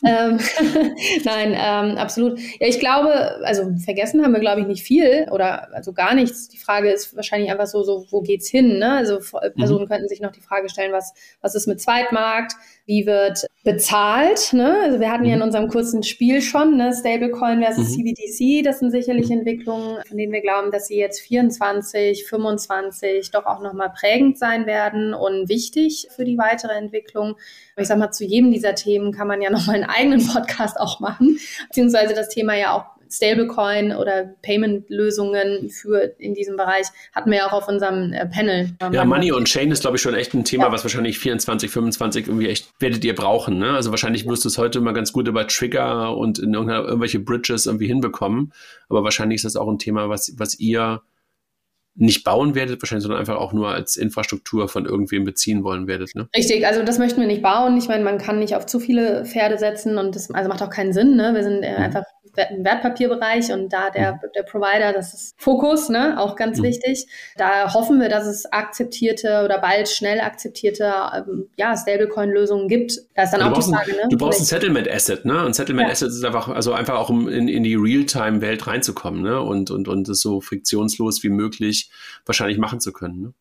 Nein, absolut. Ja, ich glaube, also vergessen haben wir, glaube ich, nicht viel oder also gar nichts. Die Frage ist wahrscheinlich einfach so wo geht's hin? Ne? Also Personen könnten sich noch die Frage stellen, was ist mit Zweitmarkt? Wie wird bezahlt? Ne? Also wir hatten ja in unserem kurzen Spiel schon, ne? Stablecoin versus CBDC. Das sind sicherlich Entwicklungen, von denen wir glauben, dass sie jetzt 24, 25 doch auch nochmal prägend sein werden und wichtig für die weitere Entwicklung. Aber ich sag mal, zu jedem dieser Themen kann man ja nochmal einen eigenen Podcast auch machen, beziehungsweise das Thema ja auch Stablecoin oder Payment-Lösungen in diesem Bereich hatten wir ja auch auf unserem Panel. Ja, Money on Chain ist, glaube ich, schon echt ein Thema, was wahrscheinlich 24, 25 irgendwie echt werdet ihr brauchen. Ne? Also wahrscheinlich wirst du es heute mal ganz gut über Trigger und in irgendwelche Bridges irgendwie hinbekommen. Aber wahrscheinlich ist das auch ein Thema, was ihr nicht bauen werdet, wahrscheinlich, sondern einfach auch nur als Infrastruktur von irgendwem beziehen wollen werdet. Ne? Richtig, also das möchten wir nicht bauen. Ich meine, man kann nicht auf zu viele Pferde setzen und das macht auch keinen Sinn. Ne? Wir sind einfach im Wertpapierbereich und da der Provider, das ist Fokus, ne? Auch ganz wichtig. Da hoffen wir, dass es akzeptierte oder bald schnell akzeptierte Stablecoin-Lösungen gibt. Da ist dann auch die Frage, ne? Du brauchst ein Settlement-Asset, ne? Und Settlement-Asset ist einfach auch um in die Realtime-Welt reinzukommen, ne? Und es so friktionslos wie möglich wahrscheinlich machen zu können, ne?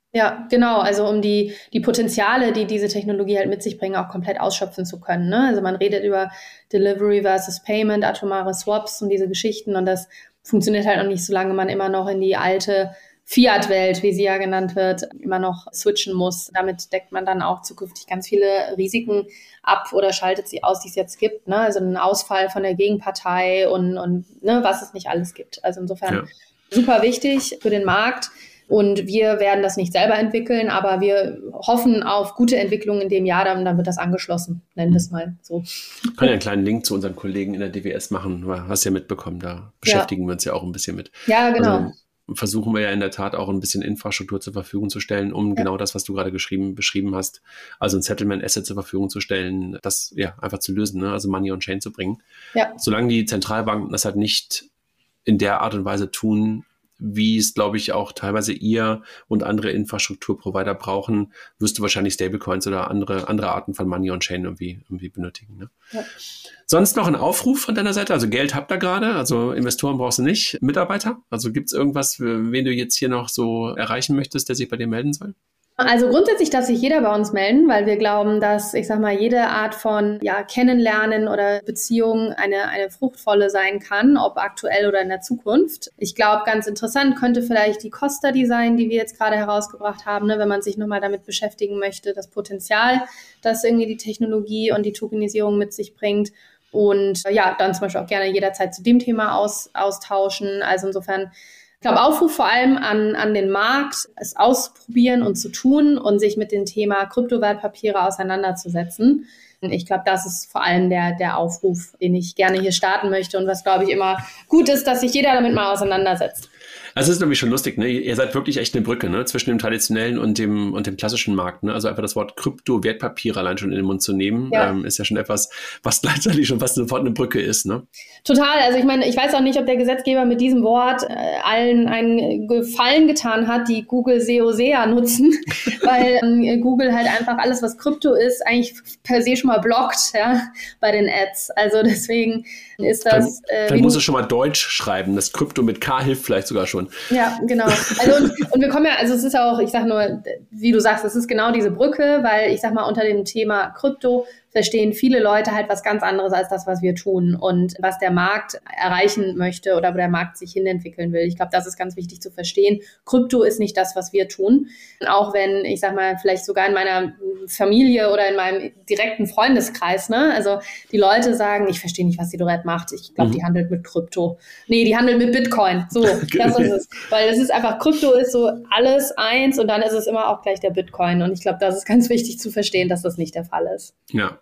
Ja, genau. Also um die Potenziale, die diese Technologie halt mit sich bringen, auch komplett ausschöpfen zu können. Ne? Also man redet über Delivery versus Payment, atomare Swaps und diese Geschichten. Und das funktioniert halt noch nicht, solange man immer noch in die alte Fiat-Welt, wie sie ja genannt wird, immer noch switchen muss. Damit deckt man dann auch zukünftig ganz viele Risiken ab oder schaltet sie aus, die es jetzt gibt. Ne? Also ein Ausfall von der Gegenpartei und ne, was es nicht alles gibt. Also insofern super wichtig für den Markt. Und wir werden das nicht selber entwickeln, aber wir hoffen auf gute Entwicklungen in dem Jahr, dann wird das angeschlossen, nennen wir es mal so. Ich kann ja einen kleinen Link zu unseren Kollegen in der DWS machen, hast ja mitbekommen, da beschäftigen wir uns ja auch ein bisschen mit. Ja, genau. Also versuchen wir ja in der Tat auch ein bisschen Infrastruktur zur Verfügung zu stellen, um genau das, was du gerade beschrieben hast, also ein Settlement-Asset zur Verfügung zu stellen, das einfach zu lösen, ne? Also Money on Chain zu bringen. Ja. Solange die Zentralbanken das halt nicht in der Art und Weise tun, wie es, glaube ich, auch teilweise ihr und andere Infrastrukturprovider brauchen, wirst du wahrscheinlich Stablecoins oder andere Arten von Money on Chain irgendwie benötigen. Ne? Ja. Sonst noch ein Aufruf von deiner Seite? Also Geld habt ihr gerade, also Investoren brauchst du nicht. Mitarbeiter? Also gibt es irgendwas, wen du jetzt hier noch so erreichen möchtest, der sich bei dir melden soll? Also grundsätzlich darf sich jeder bei uns melden, weil wir glauben, dass, ich sag mal, jede Art von Kennenlernen oder Beziehung eine fruchtvolle sein kann, ob aktuell oder in der Zukunft. Ich glaube, ganz interessant könnte vielleicht die Costa-Study sein, die wir jetzt gerade herausgebracht haben, ne, wenn man sich nochmal damit beschäftigen möchte, das Potenzial, das irgendwie die Technologie und die Tokenisierung mit sich bringt. Und dann zum Beispiel auch gerne jederzeit zu dem Thema austauschen. Also insofern, ich glaube, Aufruf vor allem an den Markt, es auszuprobieren und zu tun und sich mit dem Thema Kryptowertpapiere auseinanderzusetzen. Ich glaube, das ist vor allem der Aufruf, den ich gerne hier starten möchte und was, glaube ich, immer gut ist, dass sich jeder damit mal auseinandersetzt. Also es ist nämlich schon lustig, ne? Ihr seid wirklich echt eine Brücke, ne? Zwischen dem traditionellen und dem klassischen Markt, ne? Also einfach das Wort Krypto-Wertpapiere allein schon in den Mund zu nehmen, ist ja schon etwas, was gleichzeitig schon fast sofort eine Brücke ist, ne? Total. Also ich meine, ich weiß auch nicht, ob der Gesetzgeber mit diesem Wort allen einen Gefallen getan hat, die Google SEO-SEA nutzen, weil Google halt einfach alles, was Krypto ist, eigentlich per se schon mal blockt, bei den Ads. Also deswegen ist das... Dann muss es schon mal Deutsch schreiben. Das Krypto mit K hilft vielleicht sogar schon. Ja, genau. Also und wir kommen also es ist auch, ich sag nur, wie du sagst, es ist genau diese Brücke, weil ich sag mal, unter dem Thema Krypto verstehen viele Leute halt was ganz anderes als das, was wir tun und was der Markt erreichen möchte oder wo der Markt sich hinentwickeln will. Ich glaube, das ist ganz wichtig zu verstehen. Krypto ist nicht das, was wir tun. Auch wenn, ich sag mal, vielleicht sogar in meiner Familie oder in meinem direkten Freundeskreis, ne? Also die Leute sagen, ich verstehe nicht, was die Dorette macht. Ich glaube, die handelt mit Krypto. Nee, die handelt mit Bitcoin. So, das ist es. Weil es ist einfach, Krypto ist so alles eins und dann ist es immer auch gleich der Bitcoin. Und ich glaube, das ist ganz wichtig zu verstehen, dass das nicht der Fall ist.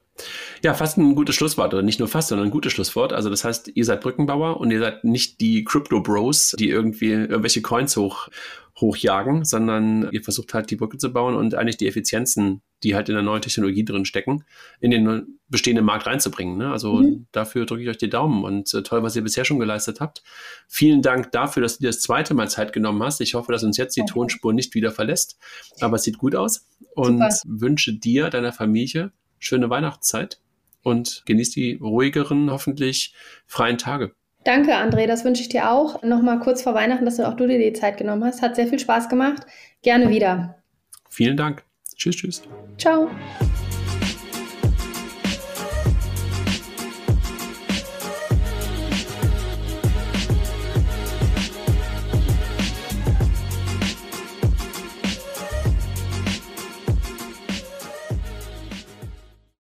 Ja, fast ein gutes Schlusswort, oder nicht nur fast, sondern ein gutes Schlusswort. Also das heißt, ihr seid Brückenbauer und ihr seid nicht die Crypto-Bros, die irgendwie irgendwelche Coins hochjagen, sondern ihr versucht halt die Brücke zu bauen und eigentlich die Effizienzen, die halt in der neuen Technologie drin stecken, in den bestehenden Markt reinzubringen. Ne? Also dafür drücke ich euch die Daumen und toll, was ihr bisher schon geleistet habt. Vielen Dank dafür, dass du dir das zweite Mal Zeit genommen hast. Ich hoffe, dass uns jetzt die Tonspur nicht wieder verlässt, aber es sieht gut aus und wünsche dir, deiner Familie schöne Weihnachtszeit und genieß die ruhigeren, hoffentlich freien Tage. Danke, André, das wünsche ich dir auch. Nochmal kurz vor Weihnachten, dass auch du dir die Zeit genommen hast. Hat sehr viel Spaß gemacht. Gerne wieder. Vielen Dank. Tschüss, tschüss. Ciao.